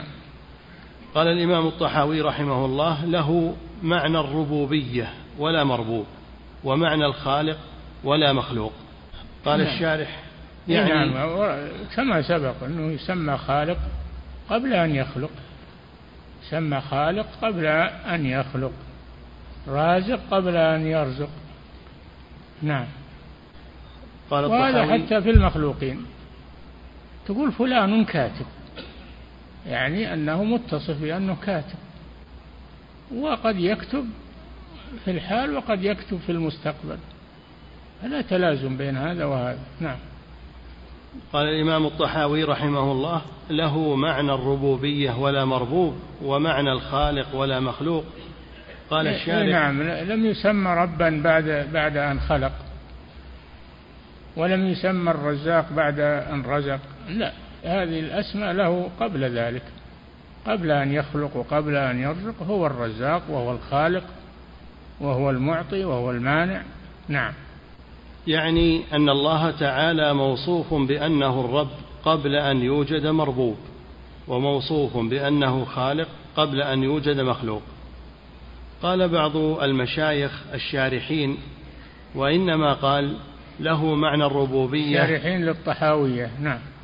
قال الإمام الطحاوي رحمه الله: له معنى الربوبية ولا مربوب، ومعنى الخالق ولا مخلوق. قال نعم. الشارح يعني نعم، كما سبق أنه يسمى خالق قبل أن يخلق، يسمى خالق قبل أن يخلق، رازق قبل أن يرزق. نعم. قال وهذا حتى في المخلوقين، تقول فلان كاتب، يعني أنه متصف بأنه كاتب، وقد يكتب في الحال وقد يكتب في المستقبل، فلا تلازم بين هذا وهذا. نعم. قال الإمام الطحاوي رحمه الله: له معنى الربوبية ولا مربوب، ومعنى الخالق ولا مخلوق. قال الشارح: نعم، لم يسمى ربا بعد بعد أن خلق، ولم يسمى الرزاق بعد أن رزق، لا، هذه الأسماء له قبل ذلك، قبل أن يخلق وقبل أن يرزق، هو الرزاق وهو الخالق وهو المعطي وهو المانع. نعم. يعني أن الله تعالى موصوف بأنه الرب قبل أن يوجد مربوب، وموصوف بأنه خالق قبل أن يوجد مخلوق. قال بعض المشايخ الشارحين: وإنما قال له معنى الربوبية، الشارحين للطحاوية، نعم،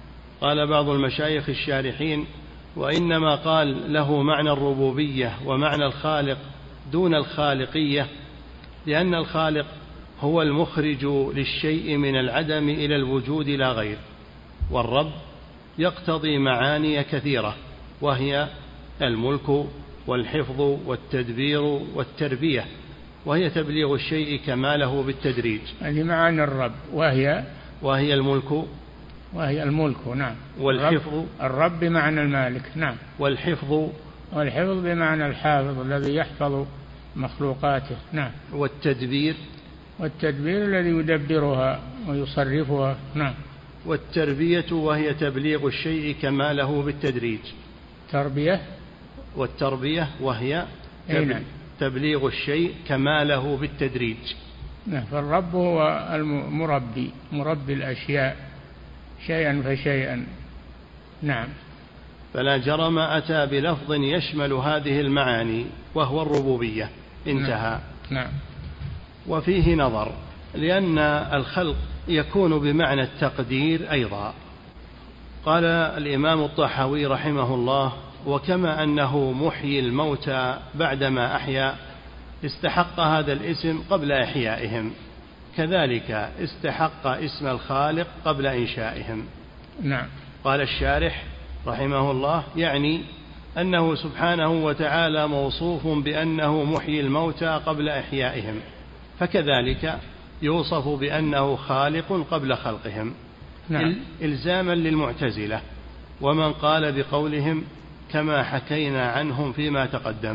قال بعض المشايخ الشارحين: وإنما قال له معنى الربوبية ومعنى الخالق دون الخالقية لأن الخالق هو المخرج للشيء من العدم إلى الوجود لا غير، والرب يقتضي معاني كثيرة وهي الملك والحفظ والتدبير والتربية، وهي تبليغ الشيء كماله بالتدريج. يعني معاني الرب وهي وهي الملك وهي الملك نعم، والحفظ الرب, الرب بمعنى المالك نعم، والحفظ والحفظ بمعنى الحافظ الذي يحفظ مخلوقاته نعم، والتدبير والتدبير الذي يدبرها ويصرفها نعم، والتربية وهي تبليغ الشيء كماله بالتدريج. تربية والتربية وهي نعم. تبليغ الشيء كماله بالتدريج نعم. فالرب هو المربي، مربي الأشياء شيئا فشيئا نعم. فلا جرم أتى بلفظ يشمل هذه المعاني وهو الربوبية. انتهى. نعم. وفيه نظر، لأن الخلق يكون بمعنى التقدير أيضا. قال الإمام الطحاوي رحمه الله: وكما أنه محيي الموتى بعدما أحيا استحق هذا الاسم قبل إحيائهم، كذلك استحق اسم الخالق قبل إنشائهم. نعم. قال الشارح رحمه الله: يعني أنه سبحانه وتعالى موصوف بأنه محيي الموتى قبل إحيائهم، فكذلك يوصف بأنه خالق قبل خلقهم. نعم. إلزاما للمعتزلة ومن قال بقولهم كما حكينا عنهم فيما تقدم.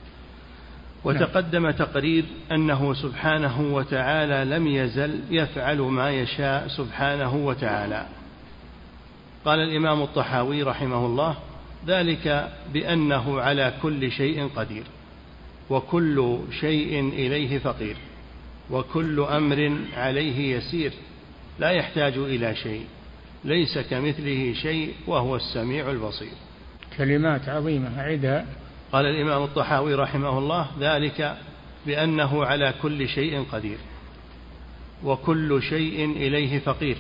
وتقدم تقرير أنه سبحانه وتعالى لم يزل يفعل ما يشاء سبحانه وتعالى. قال الإمام الطحاوي رحمه الله: ذلك بأنه على كل شيء قدير، وكل شيء إليه فقير، وكل أمر عليه يسير، لا يحتاج إلى شيء، ليس كمثله شيء، وهو السميع البصير. كلمات عظيمة أعدها. قال الإمام الطحاوي رحمه الله: ذلك بأنه على كل شيء قدير، وكل شيء إليه فقير،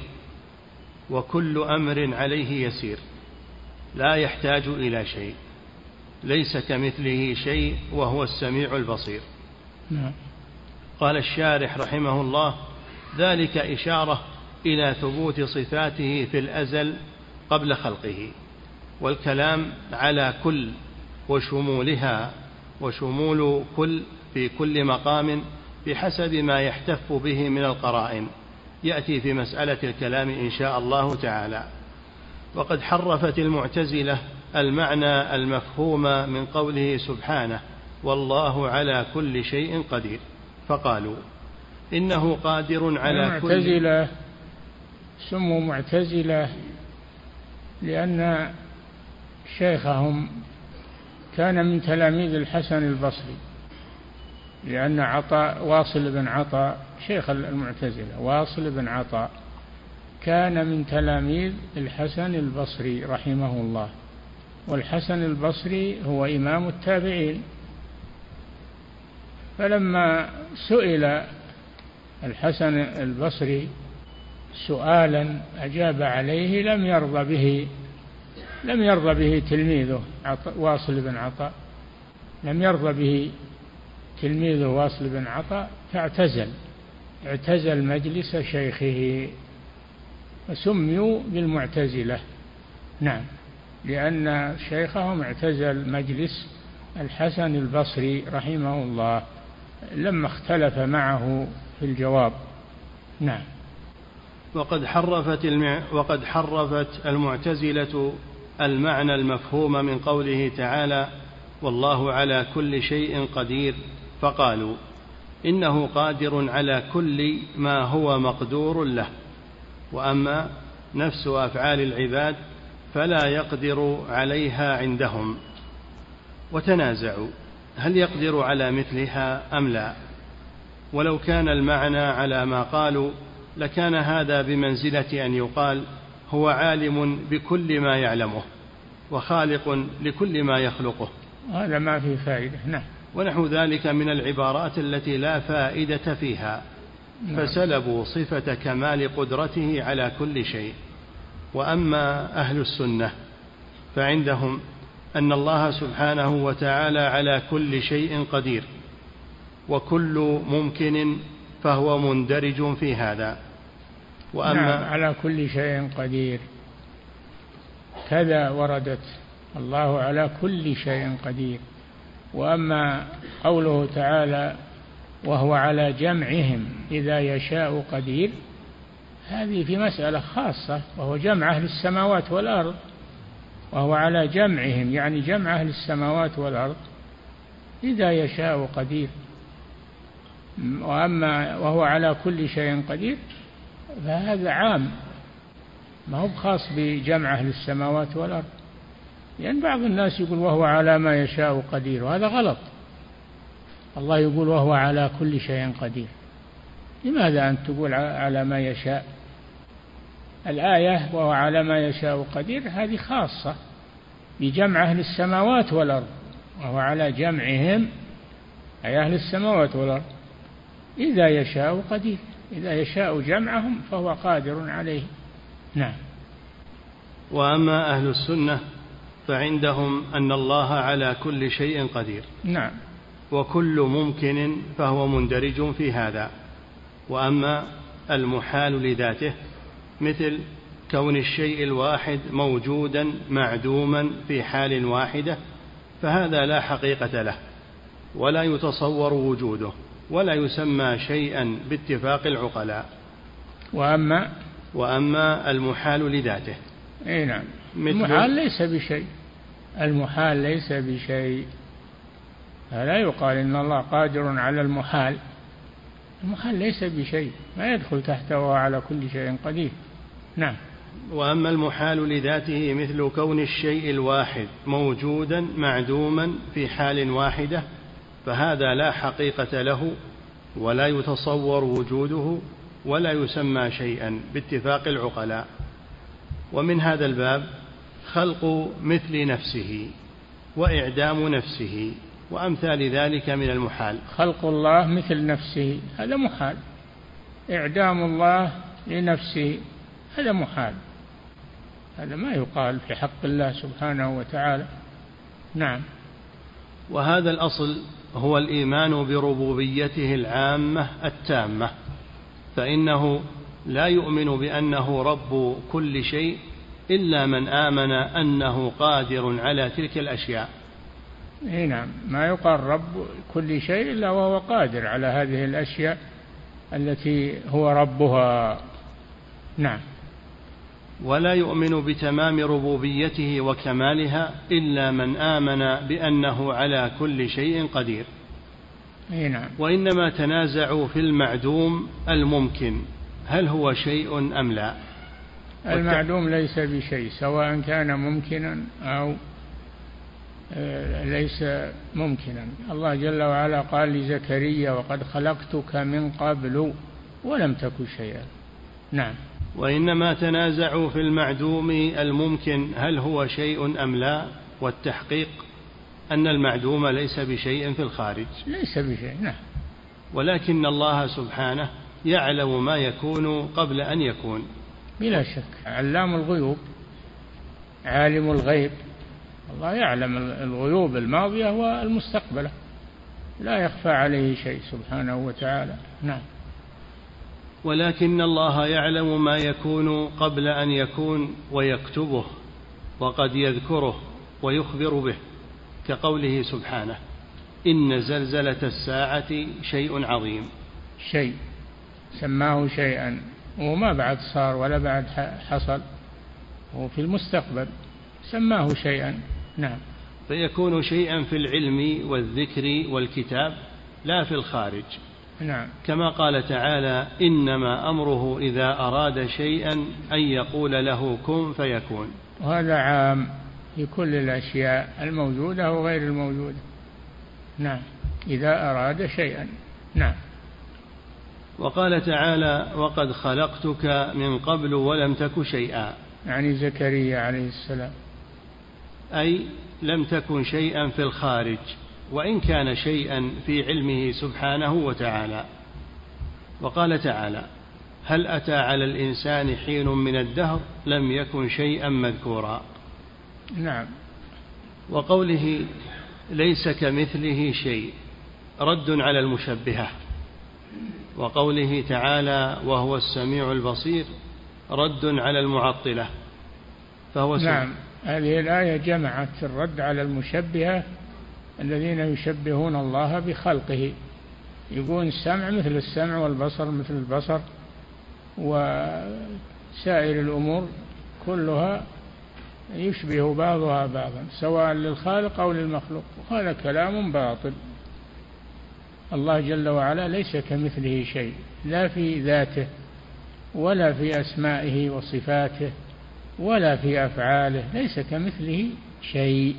وكل أمر عليه يسير، لا يحتاج إلى شيء، ليس كمثله شيء، وهو السميع البصير. نعم. قال الشارح رحمه الله: ذلك إشارة إلى ثبوت صفاته في الأزل قبل خلقه، والكلام على كل وشمولها، وشمول كل في كل مقام بحسب ما يحتف به من القرائن، يأتي في مسألة الكلام إن شاء الله تعالى. وقد حرفت المعتزلة المعنى المفهوم من قوله سبحانه: والله على كل شيء قدير، فقالوا إنه قادر على كل. المعتزلة سموا معتزلة لأن شيخهم كان من تلاميذ الحسن البصري، لأن عطاء واصل بن عطاء شيخ المعتزلة، واصل بن عطاء كان من تلاميذ الحسن البصري رحمه الله، والحسن البصري هو إمام التابعين. فلما سئل الحسن البصري سؤالا أجاب عليه لم يرضى به لم يرضى به تلميذه واصل بن عطاء، لم يرضى به تلميذه واصل بن عطاء، فاعتزل اعتزل مجلس شيخه، فسميوا بالمعتزلة. نعم، لأن شيخهم اعتزل مجلس الحسن البصري رحمه الله لما اختلف معه في الجواب. نعم. وقد حرفت المع... وقد حرفت المعتزلة المعنى المفهوم من قوله تعالى: والله على كل شيء قدير، فقالوا إنه قادر على كل ما هو مقدور له، وأما نفس أفعال العباد فلا يقدر عليها عندهم. وتنازعوا هل يقدر على مثلها أم لا، ولو كان المعنى على ما قالوا لكان هذا بمنزلة أن يقال هو عالم بكل ما يعلمه وخالق لكل ما يخلقه، هذا ما في فائدة. نعم. ونحو ذلك من العبارات التي لا فائدة فيها، فسلبوا صفة كمال قدرته على كل شيء، وأما أهل السنة فعندهم أن الله سبحانه وتعالى على كل شيء قدير، وكل ممكن فهو مندرج في هذا. وأما نعم على كل شيء قدير، كذا وردت الله على كل شيء قدير. وأما قوله تعالى وهو على جمعهم إذا يشاء قدير، هذه في مسألة خاصة، وهو جمع أهل السماوات والأرض، وهو على جمعهم يعني جمع أهل السماوات والأرض إذا يشاء قدير. وأما وهو على كل شيء قدير فهذا عام، ما هو خاص بجمع أهل السماوات والأرض، لأن يعني بعض الناس يقول وهو على ما يشاء قدير، وهذا غلط. الله يقول وهو على كل شيء قدير، لماذا أنت تقول على ما يشاء؟ الآية وهو على ما يشاء قدير هذه خاصة بجمع أهل السماوات والأرض، وهو على جمعهم أي أهل السماوات والأرض إذا يشاء قدير، إذا يشاء جمعهم فهو قادر عليه. نعم. وأما أهل السنة فعندهم أن الله على كل شيء قدير، نعم، وكل ممكن فهو مندرج في هذا. وأما المحال لذاته مثل كون الشيء الواحد موجودا معدوما في حال واحدة، فهذا لا حقيقة له ولا يتصور وجوده ولا يسمى شيئا باتفاق العقلاء. وأما وأما المحال لذاته، أي نعم، المحال ليس بشيء، المحال ليس بشيء، فلا يقال إن الله قادر على المحال، المحال ليس بشيء، ما يدخل تحته على كل شيء قدير. نعم. وأما المحال لذاته مثل كون الشيء الواحد موجودا معدوما في حال واحدة، فهذا لا حقيقة له ولا يتصور وجوده ولا يسمى شيئا باتفاق العقلاء. ومن هذا الباب خلق مثل نفسه وإعدام نفسه وأمثال ذلك من المحال. خلق الله مثل نفسه هذا محال، إعدام الله لنفسه هذا محال، هذا ما يقال في حق الله سبحانه وتعالى. نعم. وهذا الأصل هو الإيمان بربوبيته العامة التامة، فإنه لا يؤمن بأنه رب كل شيء إلا من آمن أنه قادر على تلك الأشياء. نعم، ما يقال رب كل شيء إلا وهو قادر على هذه الأشياء التي هو ربها. نعم. ولا يؤمن بتمام ربوبيته وكمالها إلا من آمن بأنه على كل شيء قدير. نعم. وإنما تنازعوا في المعدوم الممكن، هل هو شيء أم لا؟ المعدوم ليس بشيء، سواء كان ممكنا أو ليس ممكنا. الله جل وعلا قال لزكريا وقد خلقتك من قبل ولم تك شيئا. نعم. وإنما تنازعوا في المعدوم الممكن هل هو شيء أم لا، والتحقيق أن المعدوم ليس بشيء في الخارج، ليس بشيء. نعم. ولكن الله سبحانه يعلم ما يكون قبل أن يكون بلا شك، علام الغيوب، عالم الغيب، الله يعلم الغيوب الماضية والمستقبلة، لا يخفى عليه شيء سبحانه وتعالى. نعم. ولكن الله يعلم ما يكون قبل أن يكون ويكتبه، وقد يذكره ويخبر به، كقوله سبحانه إن زلزلة الساعة شيء عظيم. شيء سماه شيئا، وما بعد صار ولا بعد حصل، وفي المستقبل سماه شيئا. نعم. فيكون شيئا في العلم والذكر والكتاب لا في الخارج. نعم. كما قال تعالى إنما أمره إذا أراد شيئا أن يقول له كن فيكون، وهذا عام في كل الأشياء الموجودة وغير الموجودة. نعم، إذا أراد شيئا. نعم. وقال تعالى وقد خلقتك من قبل ولم تك شيئا، يعني زكريا عليه السلام، أي لم تكن شيئا في الخارج، وإن كان شيئا في علمه سبحانه وتعالى. وقال تعالى هل أتى على الإنسان حين من الدهر لم يكن شيئا مذكورا. نعم. وقوله ليس كمثله شيء رد على المشبهة، وقوله تعالى وهو السميع البصير رد على المعطلة. فهو نعم، هذه الآية جمعت الرد على المشبهة الذين يشبهون الله بخلقه، يقول السمع مثل السمع والبصر مثل البصر وسائر الأمور كلها يشبه بعضها بعضا سواء للخالق أو للمخلوق، وهذا كلام باطل. الله جل وعلا ليس كمثله شيء، لا في ذاته ولا في أسمائه وصفاته ولا في أفعاله، ليس كمثله شيء.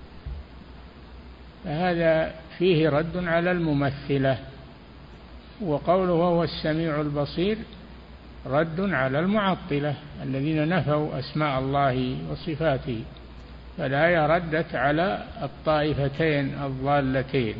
فهذا فيه رد على الممثلة. وقوله وهو السميع البصير رد على المعطلة الذين نفوا أسماء الله وصفاته. فالآية ردت على الطائفتين الضالتين،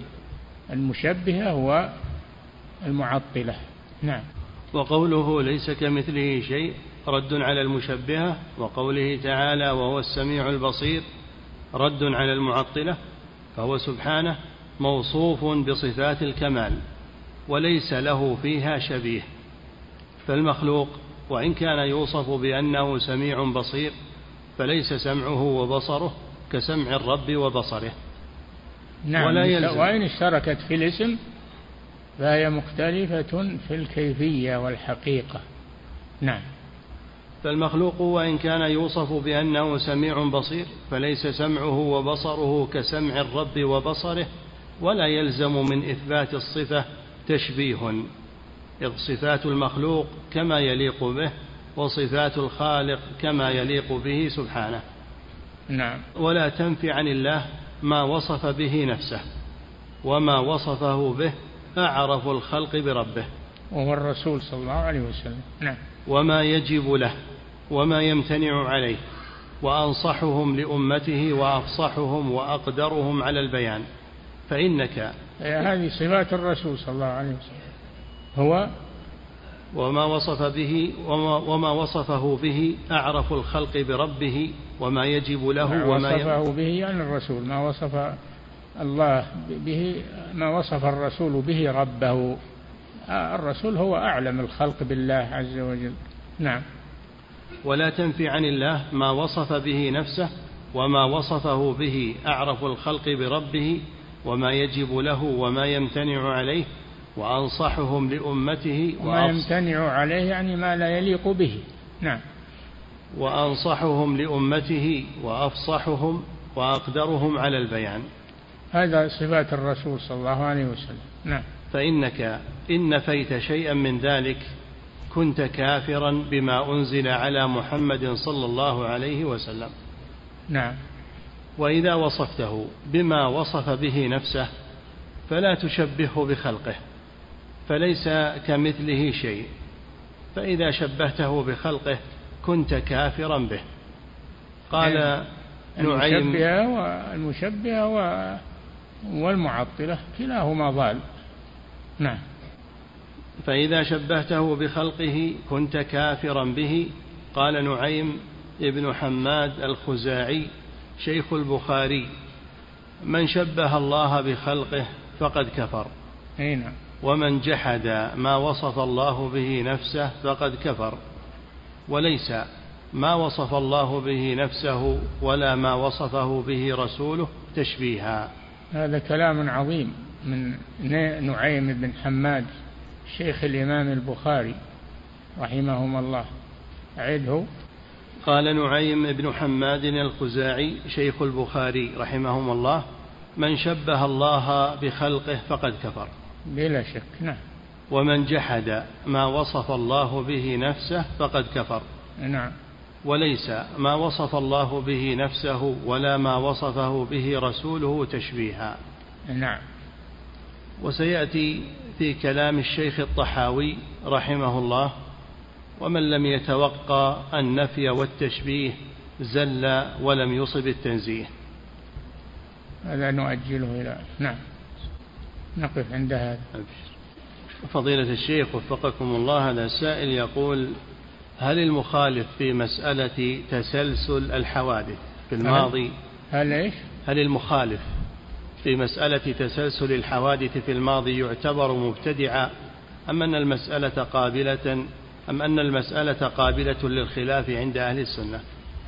المشبهة والمعطلة. نعم. وقوله ليس كمثله شيء رد على المشبهة، وقوله تعالى وهو السميع البصير رد على المعطلة. فهو سبحانه موصوف بصفات الكمال وليس له فيها شبيه. فالمخلوق وإن كان يوصف بأنه سميع بصير فليس سمعه وبصره كسمع الرب وبصره. نعم. وإن اشتركت في الاسم فهي مختلفة في الكيفية والحقيقة. نعم. فالمخلوق وإن كان يوصف بأنه سميع بصير فليس سمعه وبصره كسمع الرب وبصره، ولا يلزم من إثبات الصفة تشبيه، إذ صفات المخلوق كما يليق به وصفات الخالق كما يليق به سبحانه. نعم. ولا تنفي عن الله ما وصف به نفسه، وما وصفه به أعرف الخلق بربه وهو الرسول صلى الله عليه وسلم. نعم. وما يجب له وما يمتنع عليه، وأنصحهم لأمته وأفصحهم وأقدرهم على البيان. فإنك هذه صفات الرسول صلى الله عليه وسلم، هو وما وصف به وما, وما وصفه به أعرف الخلق بربه، وما يجب له ما وما وصفه به يعني الرسول، ما وصف الله به ما وصف الرسول به ربه. الرسول هو أعلم الخلق بالله عز وجل. نعم. ولا تنفي عن الله ما وصف به نفسه، وما وصفه به أعرف الخلق بربه، وما يجب له وما يمتنع عليه، وأنصحهم لأمته وما يمتنع عليه يعني ما لا يليق به. نعم. وأنصحهم لأمته وأفصحهم وأقدرهم على البيان. هذا صفات الرسول صلى الله عليه وسلم. نعم. فإنك إن نفيت شيئا من ذلك كنت كافرا بما أنزل على محمد صلى الله عليه وسلم. نعم. وإذا وصفته بما وصف به نفسه فلا تشبهه بخلقه، فليس كمثله شيء، فإذا شبهته بخلقه كنت كافرا به. قال نعيم المشبهة والمعطلة كلاهما ضال. نعم. فإذا شبهته بخلقه كنت كافرا به. قال نعيم ابن حماد الخزاعي شيخ البخاري من شبه الله بخلقه فقد كفر. نعم. ومن جحد ما وصف الله به نفسه فقد كفر، وليس ما وصف الله به نفسه ولا ما وصفه به رسوله تشبيها. هذا كلام عظيم من نعيم بن حماد شيخ الإمام البخاري رحمهم الله. أعده. قال نعيم بن حماد الخزاعي شيخ البخاري رحمهم الله من شبه الله بخلقه فقد كفر بلا شك. نعم. ومن جحد ما وصف الله به نفسه فقد كفر. نعم. وليس ما وصف الله به نفسه ولا ما وصفه به رسوله تشبيها. نعم. وسيأتي في كلام الشيخ الطحاوي رحمه الله ومن لم يتوقع النفي والتشبيه زل ولم يصب التنزيه. هذا نؤجله إلى. نعم. نقف عند هذا. فضيلة الشيخ وفقكم الله، هذا سائل يقول: هل المخالف في مسألة تسلسل الحوادث في الماضي هل إيش؟ هل المخالف في مسألة تسلسل الحوادث في الماضي يعتبر مبتدعا، أم أن المسألة قابلة أم أن المسألة قابلة للخلاف عند أهل السنة؟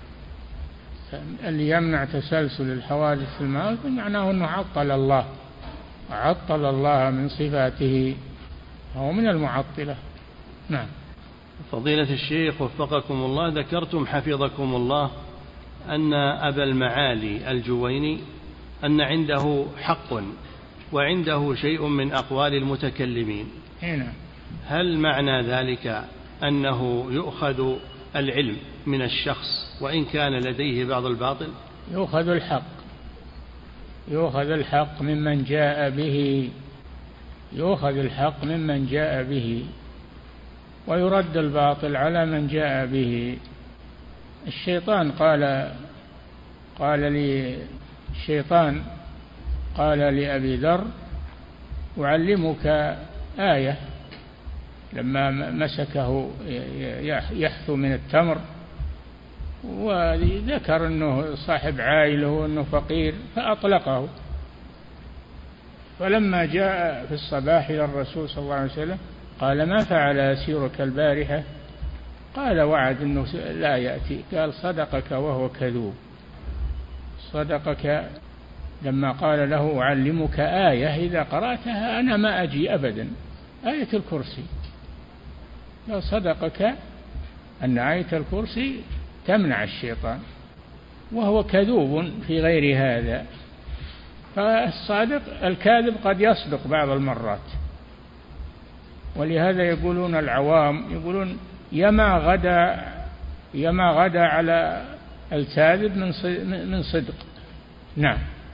اللي يمنع تسلسل الحوادث في الماضي معناه أنه عطل الله، عطل الله من صفاته، هو من المعطلة. نعم. فضيلة الشيخ وفقكم الله، ذكرتم حفظكم الله أن أبا المعالي الجويني أن عنده حق وعنده شيء من أقوال المتكلمين. هنا. هل معنى ذلك أنه يؤخذ العلم من الشخص وإن كان لديه بعض الباطل؟ يؤخذ الحق، يؤخذ الحق ممن جاء به، يؤخذ الحق ممن جاء به ويرد الباطل على من جاء به. الشيطان قال قال لي الشيطان قال لأبي ذر: أعلمك آية، لما مسكه يحثو من التمر وذكر أنه صاحب عائلة وأنه فقير فأطلقه. فلما جاء في الصباح إلى الرسول صلى الله عليه وسلم قال: ما فعل أسيرك البارحة؟ قال: وعد أنه لا يأتي. قال: صدقك وهو كذوب، صدقك لما قال له: أعلمك آية إذا قرأتها أنا ما أجي أبدا، آية الكرسي. لو صدقك أن آية الكرسي تمنع الشيطان، وهو كذوب في غير هذا. فالصادق الكاذب قد يصدق بعض المرات، ولهذا يقولون العوام يقولون: يما غدا يما غدا على الكاذب من صدق. نعم.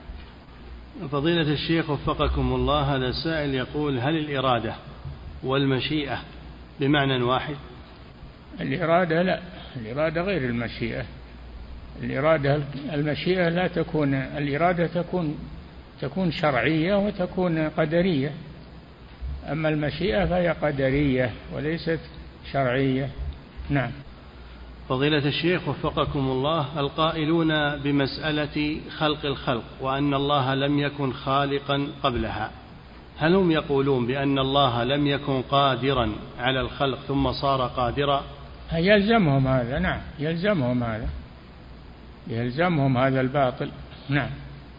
فضيلة الشيخ وفقكم الله، هذا السائل يقول: هل الإرادة والمشيئة بمعنى واحد؟ الإرادة لا، الإرادة غير المشيئة. الإرادة المشيئة لا تكون، الإرادة تكون تكون شرعية وتكون قدرية، أما المشيئة فهي قدرية وليست شرعية. نعم. فضيلة الشيخ وفقكم الله، القائلون بمسألة خلق الخلق وأن الله لم يكن خالقا قبلها، هل هم يقولون بأن الله لم يكن قادرا على الخلق ثم صار قادرا؟ يلزمهم هذا. نعم، يلزمهم هذا، يلزمهم هذا الباطل. نعم.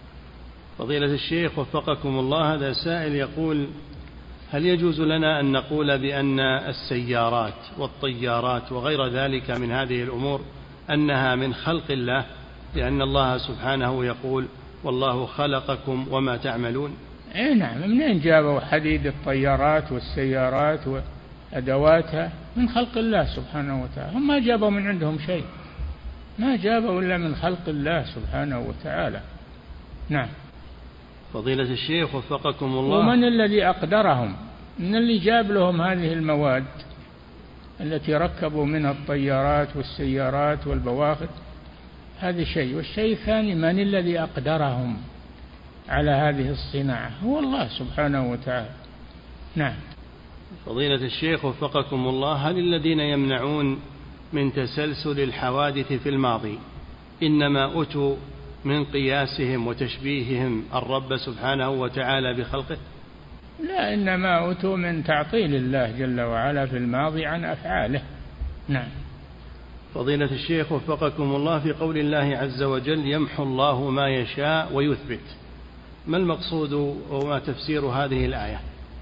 فضيلة الشيخ وفقكم الله، هذا سائل يقول: هل يجوز لنا أن نقول بأن السيارات والطيارات وغير ذلك من هذه الأمور أنها من خلق الله، لأن الله سبحانه يقول: والله خلقكم وما تعملون؟ إيه نعم. منين جابوا حديد الطيارات والسيارات وأدواتها؟ من خلق الله سبحانه وتعالى، هم ما جابوا من عندهم شيء، ما جابوا إلا من خلق الله سبحانه وتعالى. نعم. فضيلة الشيخ وفقكم الله، ومن الذي أقدرهم؟ من اللي جاب لهم هذه المواد التي ركبوا منها الطيارات والسيارات والبواخر؟ هذا شيء. والشيء الثاني: من الذي أقدرهم على هذه الصناعة؟ هو الله سبحانه وتعالى. نعم. فضيلة الشيخ وفقكم الله، هل الذين يمنعون من تسلسل الحوادث في الماضي إنما أتوا من قياسهم وتشبيههم الرب سبحانه وتعالى بخلقه؟ لا، إنما أتوا من تعطيل الله جل وعلا في الماضي عن أفعاله. نعم. فضيلة الشيخ وفقكم الله، في قول الله عز وجل: يمحو الله ما يشاء ويثبت، ما المقصود وما تفسير هذه الآية؟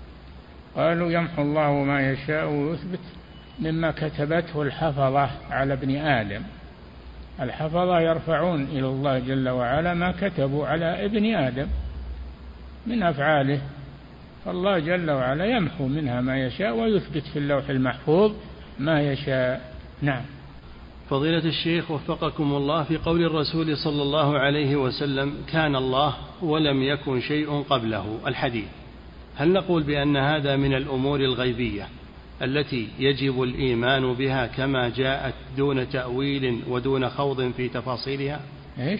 قالوا: يمحو الله ما يشاء ويثبت مما كتبته الحفظة على ابن آدم. الحفظة يرفعون إلى الله جل وعلا ما كتبوا على ابن آدم من أفعاله، فالله جل وعلا يمحو منها ما يشاء ويثبت في اللوح المحفوظ ما يشاء. نعم. فضيلة الشيخ وفقكم الله، في قول الرسول صلى الله عليه وسلم: كان الله ولم يكن شيء قبله، الحديث، هل نقول بأن هذا من الأمور الغيبية التي يجب الإيمان بها كما جاءت دون تأويل ودون خوض في تفاصيلها؟ إيش؟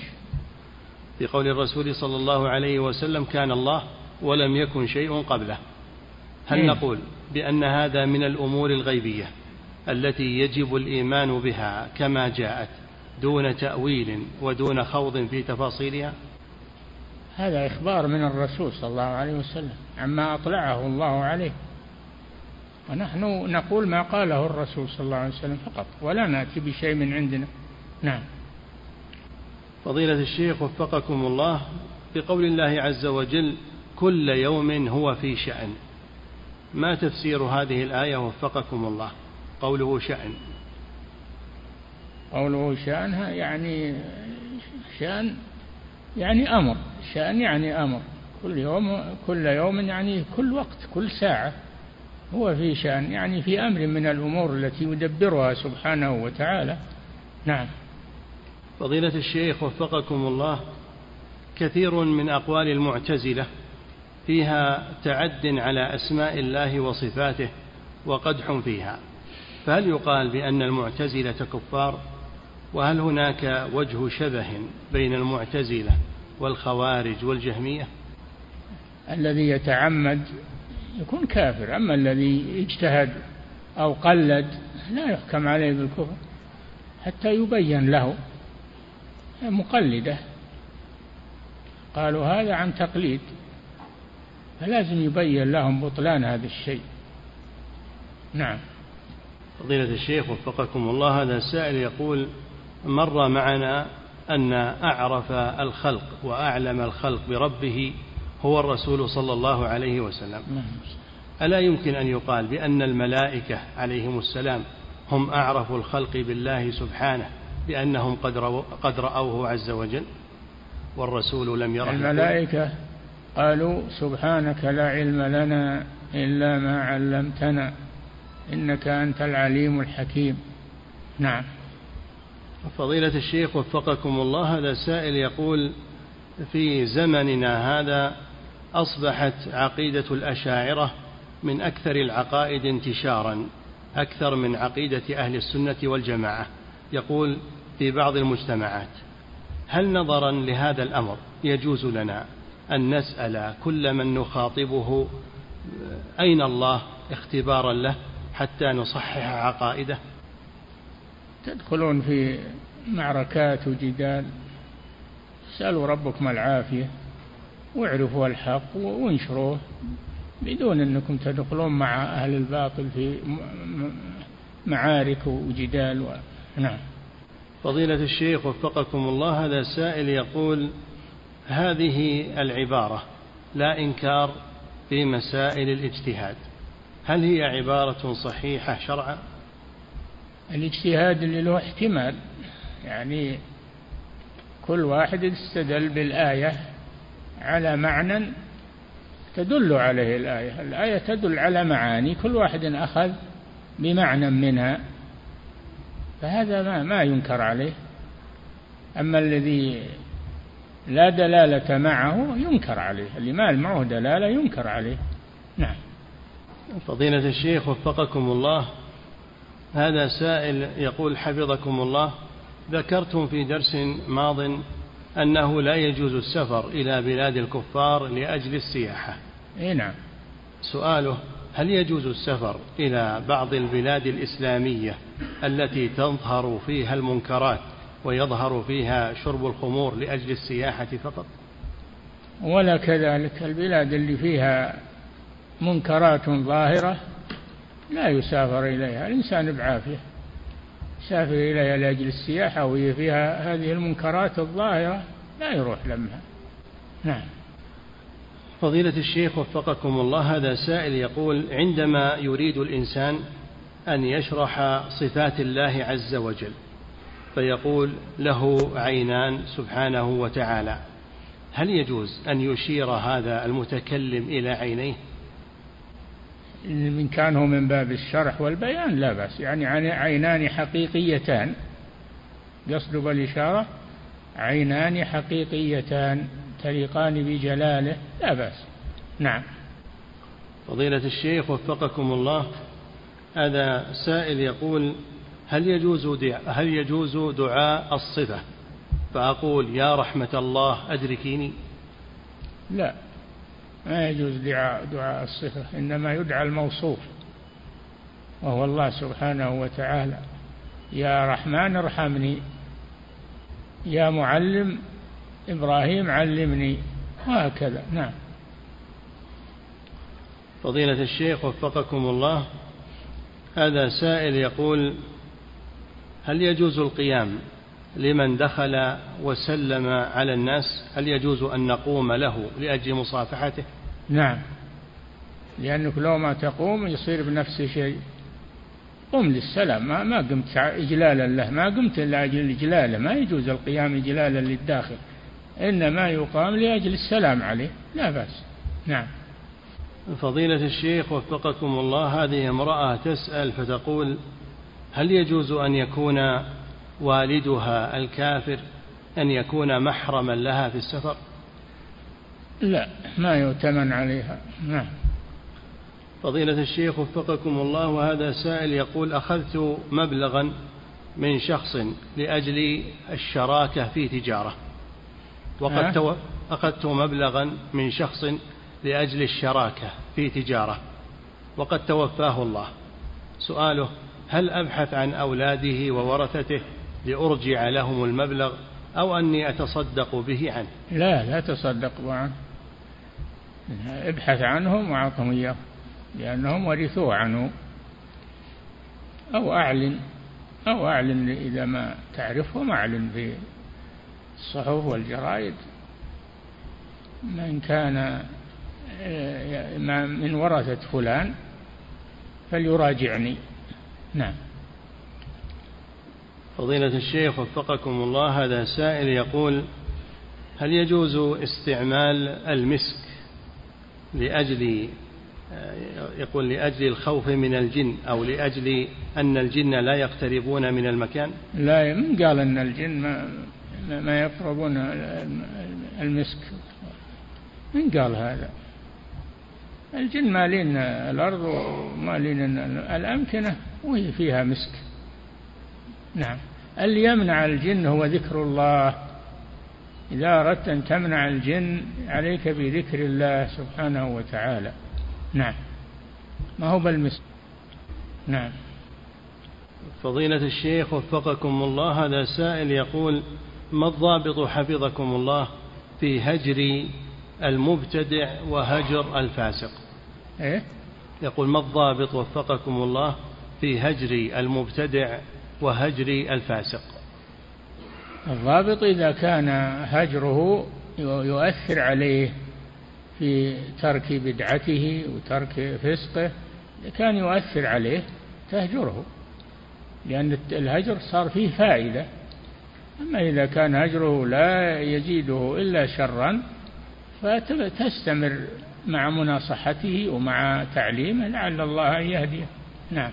في قول الرسول صلى الله عليه وسلم: كان الله ولم يكن شيء قبله، هل إيه؟ نقول بأن هذا من الأمور الغيبية التي يجب الإيمان بها كما جاءت دون تأويل ودون خوض في تفاصيلها؟ هذا إخبار من الرسول صلى الله عليه وسلم عما أطلعه الله عليه، ونحن نقول ما قاله الرسول صلى الله عليه وسلم فقط، ولا نأتي بشيء من عندنا. نعم. فضيلة الشيخ وفقكم الله، بقول الله عز وجل كل يوم هو في شأن، ما تفسير هذه الآية وفقكم الله؟ قوله شأن، قوله شأن يعني شأن يعني أمر، شأن يعني أمر، كل يوم كل يوم يعني كل وقت كل ساعة هو في شأن، يعني في أمر من الأمور التي يدبرها سبحانه وتعالى. نعم. فضيلة الشيخ وفقكم الله، كثير من أقوال المعتزلة فيها تعد على أسماء الله وصفاته وقدح فيها، فهل يقال بأن المعتزلة كفار؟ وهل هناك وجه شبه بين المعتزلة والخوارج والجهمية؟ الذي يتعمد يكون كافر، أما الذي اجتهد أو قلد لا يحكم عليه بالكفر حتى يبين له. مقلدة قالوا هذا عن تقليد، فلازم يبين لهم بطلان هذا الشيء. نعم. فضيلة الشيخ وفقكم الله، هذا سائل يقول مر معنا أن أعرف الخلق وأعلم الخلق بربه هو الرسول صلى الله عليه وسلم، ألا يمكن أن يقال بأن الملائكة عليهم السلام هم أعرف الخلق بالله سبحانه بأنهم قد رأوه عز وجل والرسول لم يره؟ الملائكة قالوا سبحانك لا علم لنا إلا ما علمتنا إنك أنت العليم الحكيم. نعم. فضيلة الشيخ وفقكم الله، هذا سائل يقول في زمننا هذا أصبحت عقيدة الأشاعرة من أكثر العقائد انتشارا، أكثر من عقيدة أهل السنة والجماعة، يقول في بعض المجتمعات، هل نظرا لهذا الأمر يجوز لنا أن نسأل كل من نخاطبه أين الله اختبارا له حتى نصحح عقائده؟ تدخلون في معركات وجدال، سألوا ربكم العافية واعرفوا الحق وانشروه بدون أنكم تدخلون مع أهل الباطل في معارك وجدال و... نعم. فضيلة الشيخ وفقكم الله، هذا سائل يقول هذه العبارة لا إنكار في مسائل الاجتهاد، هل هي عبارة صحيحة شرعا؟ الاجتهاد اللي له احتمال، يعني كل واحد استدل بالآية على معنى تدل عليه الآية، الآية تدل على معاني، كل واحد أخذ بمعنى منها، فهذا ما, ما ينكر عليه. أما الذي لا دلالة معه ينكر عليه، اللي ما معه دلالة ينكر عليه. نعم. فضيلة الشيخ وفقكم الله، هذا سائل يقول حفظكم الله، ذكرتم في درس ماض أنه لا يجوز السفر إلى بلاد الكفار لأجل السياحة. إيه نعم. سؤاله هل يجوز السفر إلى بعض البلاد الإسلامية التي تظهر فيها المنكرات ويظهر فيها شرب الخمور لأجل السياحة فقط؟ ولا كذلك، البلاد اللي فيها منكرات ظاهرة لا يسافر إليها، الإنسان بعافية يسافر إليها لأجل السياحة وهي فيها هذه المنكرات الظاهرة لا يروح لمها. نعم. فضيلة الشيخ وفقكم الله، هذا سائل يقول عندما يريد الإنسان أن يشرح صفات الله عز وجل فيقول له عينان سبحانه وتعالى، هل يجوز أن يشير هذا المتكلم إلى عينيه؟ من كانه من باب الشرح والبيان لا بأس، يعني عينان حقيقيتان، قصد بالإشارة عينان حقيقيتان تليقان بجلاله لا بأس. نعم. فضيلة الشيخ وفقكم الله، هذا سائل يقول هل يجوز هل يجوز دعاء الصفة فأقول يا رحمة الله أدركيني؟ لا، ما يجوز دعاء دعاء الصفة، إنما يدعى الموصوف. وهو الله سبحانه وتعالى. يا رحمن ارحمني، يا معلم إبراهيم علمني، وهكذا. نعم. فضيلة الشيخ وفقكم الله، هذا سائل يقول: هل يجوز القيام لمن دخل وسلم على الناس؟ هل يجوز أن نقوم له لأجل مصافحته؟ نعم، لأنك لو ما تقوم يصير بنفس شيء. قم للسلام، ما, ما قمت إجلالا له، ما قمت لأجل إجلاله، ما يجوز القيام إجلالا للداخل، إنما يقام لأجل السلام عليه، لا بأس. نعم. فضيلة الشيخ وفقكم الله، هذه امرأة تسأل فتقول: هل يجوز أن يكون والدها الكافر أن يكون محرما لها في السفر؟ لا، ما يؤتمن عليها. نعم. فضيلة الشيخ وفقكم الله، وهذا سائل يقول: أخذت مبلغا من شخص لأجل الشراكة في تجارة، وقد تو... أخذت مبلغا من شخص لأجل الشراكة في تجارة وقد توفاه الله. سؤاله: هل أبحث عن أولاده وورثته لأرجع لهم المبلغ أو أني أتصدق به عنه؟ لا، لا تصدق عنه، ابحث عنهم وأعطهم إياه لأنهم ورثوه عنه، أو أعلن أو أعلن إذا ما تعرفهم، أعلن في الصحف والجرائد من كان من ورثة فلان فليراجعني. نعم. فضيلة الشيخ وفقكم الله، هذا سائل يقول: هل يجوز استعمال المسك لأجل يقول لأجل الخوف من الجن أو لأجل أن الجن لا يقتربون من المكان؟ لا، من قال أن الجن ما, ما يقربون المسك؟ من قال هذا؟ الجن مالين الأرض ومالين الأمكنة وهي فيها مسك. نعم. اللي يمنع الجن هو ذكر الله. إذا أردت أن تمنع الجن عليك بذكر الله سبحانه وتعالى. نعم، ما هو بالمسك. نعم. فضيلة الشيخ وفقكم الله، هذا سائل يقول: ما الضابط حفظكم الله في هجر المبتدع وهجر الفاسق؟ إيه؟ يقول: ما الضابط وفقكم الله في هجر المبتدع وهجر الفاسق؟ الضابط إذا كان هجره يؤثر عليه في ترك بدعته وترك فسقه، كان يؤثر عليه تهجره، لأن الهجر صار فيه فائدة. أما إذا كان هجره لا يزيده إلا شرا فتستمر مع مناصحته ومع تعليمه لعل الله أن يهديه. نعم.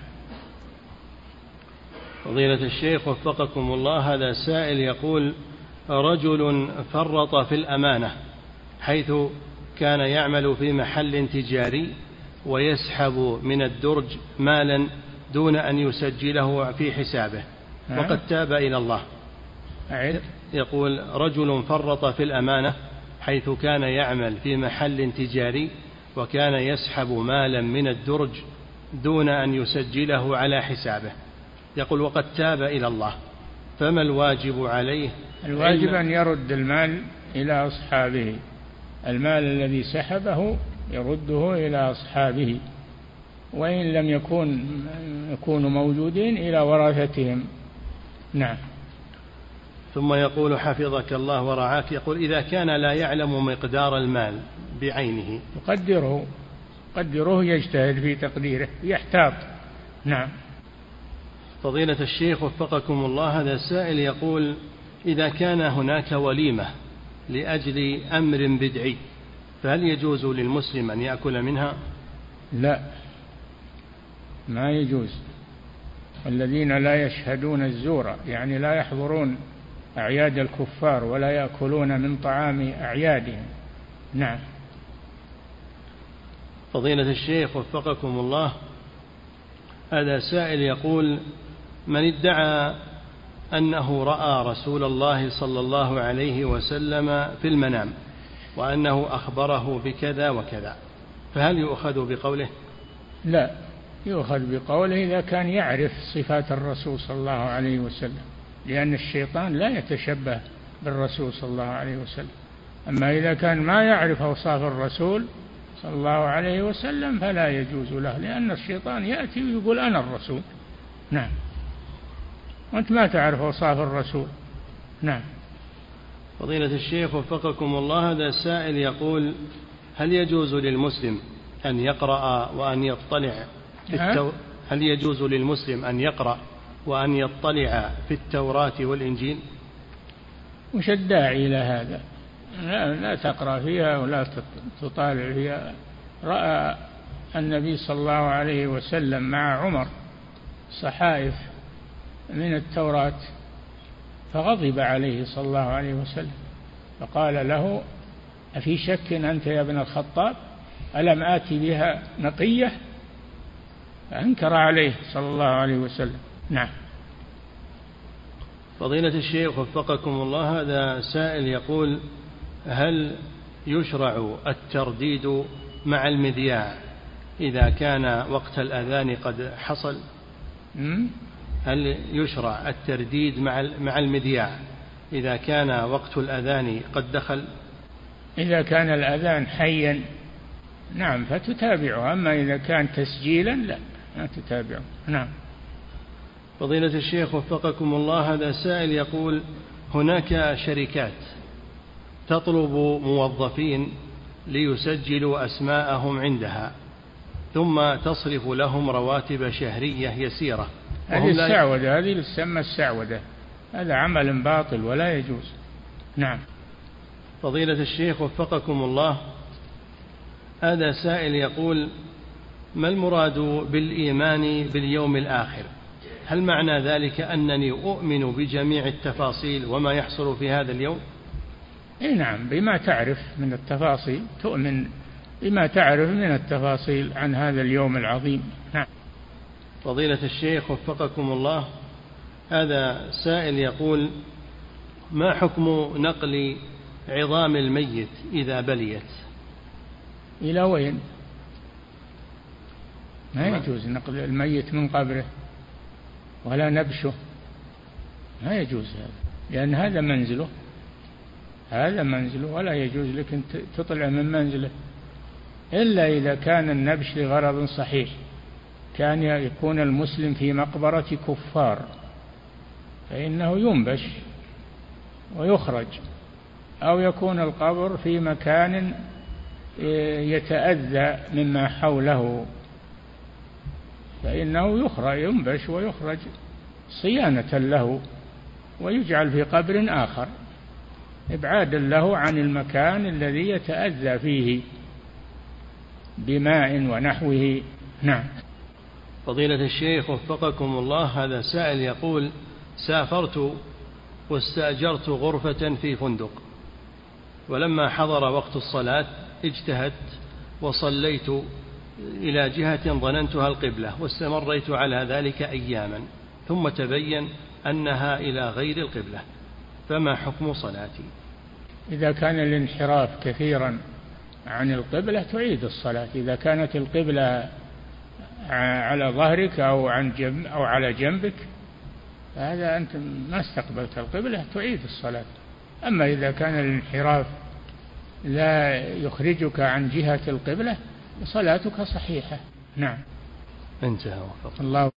فضيلة الشيخ وفقكم الله، هذا سائل يقول: رجل فرط في الأمانة حيث كان يعمل في محل تجاري ويسحب من الدرج مالا دون أن يسجله في حسابه وقد تاب إلى الله. يقول: رجل فرط في الأمانة حيث كان يعمل في محل تجاري وكان يسحب مالا من الدرج دون أن يسجله على حسابه، يقول: وقد تاب إلى الله، فما الواجب عليه؟ الواجب أن يرد المال إلى أصحابه، المال الذي سحبه يرده إلى أصحابه، وإن لم يكون يكونوا موجودين إلى ورثتهم. نعم. ثم يقول حفظك الله ورعاك، يقول: إذا كان لا يعلم مقدار المال بعينه يقدره قدره يجتهد في تقديره، يحتاط. نعم. فضيلة الشيخ وفقكم الله، هذا السائل يقول: إذا كان هناك وليمة لأجل أمر بدعي فهل يجوز للمسلم أن يأكل منها؟ لا، ما يجوز. الذين لا يشهدون الزور، يعني لا يحضرون أعياد الكفار ولا يأكلون من طعام أعيادهم. نعم. فضيلة الشيخ وفقكم الله، هذا سائل يقول: من ادعى أنه رأى رسول الله صلى الله عليه وسلم في المنام وأنه أخبره بكذا وكذا، فهل يؤخذ بقوله؟ لا، يؤخذ بقوله إذا كان يعرف صفات الرسول صلى الله عليه وسلم، لأن الشيطان لا يتشبه بالرسول صلى الله عليه وسلم. أما إذا كان ما يعرف أوصاف الرسول صلى الله عليه وسلم فلا يجوز له، لأن الشيطان يأتي ويقول أنا الرسول. نعم، وأنت ما تعرف أوصاف الرسول. نعم. فضيلة الشيخ وفقكم الله، هذا السائل يقول: هل يجوز للمسلم أن يقرأ وأن يطلع في التو... هل يجوز للمسلم أن يقرأ وأن يطلع في التوراة والإنجيل؟ وش الداعي إلى هذا؟ لا, لا تقرأ فيها ولا تطالع فيها. رأى النبي صلى الله عليه وسلم مع عمر صحائف من التوراة فغضب عليه صلى الله عليه وسلم، فقال له: أفي شك أنت يا ابن الخطاب؟ ألم آتي بها نقية؟ فأنكر عليه صلى الله عليه وسلم. نعم. فضيلة الشيخ وفقكم الله، هذا سائل يقول: هل يشرع الترديد مع المذياع إذا كان وقت الأذان قد حصل؟ هل يشرع الترديد مع المذياع إذا كان وقت الأذان قد دخل؟ إذا كان الأذان حيا نعم فتتابعه، أما إذا كان تسجيلا لا لا تتابعه. نعم. فضيلة الشيخ وفقكم الله، هذا سائل يقول: هناك شركات تطلب موظفين ليسجلوا أسماءهم عندها ثم تصرف لهم رواتب شهرية يسيرة. هذه السعودة، هذه تسمى السعودة، هذا عمل باطل ولا يجوز. نعم. فضيلة الشيخ وفقكم الله، هذا سائل يقول: ما المراد بالإيمان باليوم الآخر؟ هل معنى ذلك أنني أؤمن بجميع التفاصيل وما يحصل في هذا اليوم؟ إيه نعم، بما تعرف من التفاصيل تؤمن بما تعرف من التفاصيل عن هذا اليوم العظيم. نعم. فضيلة الشيخ وفقكم الله، هذا سائل يقول: ما حكم نقل عظام الميت إذا بليت؟ إلى وين؟ ما يجوز نقل الميت من قبره ولا نبشه، ما يجوز هذا، لأن هذا منزله، هذا منزله ولا يجوز لك أن تطلع من منزله، إلا إذا كان النبش لغرض صحيح، كان يكون المسلم في مقبرة كفار فإنه ينبش ويخرج، أو يكون القبر في مكان يتأذى مما حوله فإنه يخرج ينبش ويخرج صيانة له ويجعل في قبر آخر إبعادا له عن المكان الذي يتأذى فيه بماء ونحوه. نعم. فضيلة الشيخ وفقكم الله، هذا سائل يقول: سافرت واستأجرت غرفة في فندق، ولما حضر وقت الصلاة اجتهدت وصليت إلى جهة ظننتها القبلة، واستمريت على ذلك أياما، ثم تبين أنها إلى غير القبلة، فما حكم صلاتي؟ إذا كان الانحراف كثيرا عن القبلة تعيد الصلاة. إذا كانت القبلة على ظهرك أو عن جنب أو على جنبك هذا أنت ما استقبلت القبلة تعيد الصلاة. أما إذا كان الانحراف لا يخرجك عن جهة القبلة صلاتك صحيحة. نعم. انتهى. الله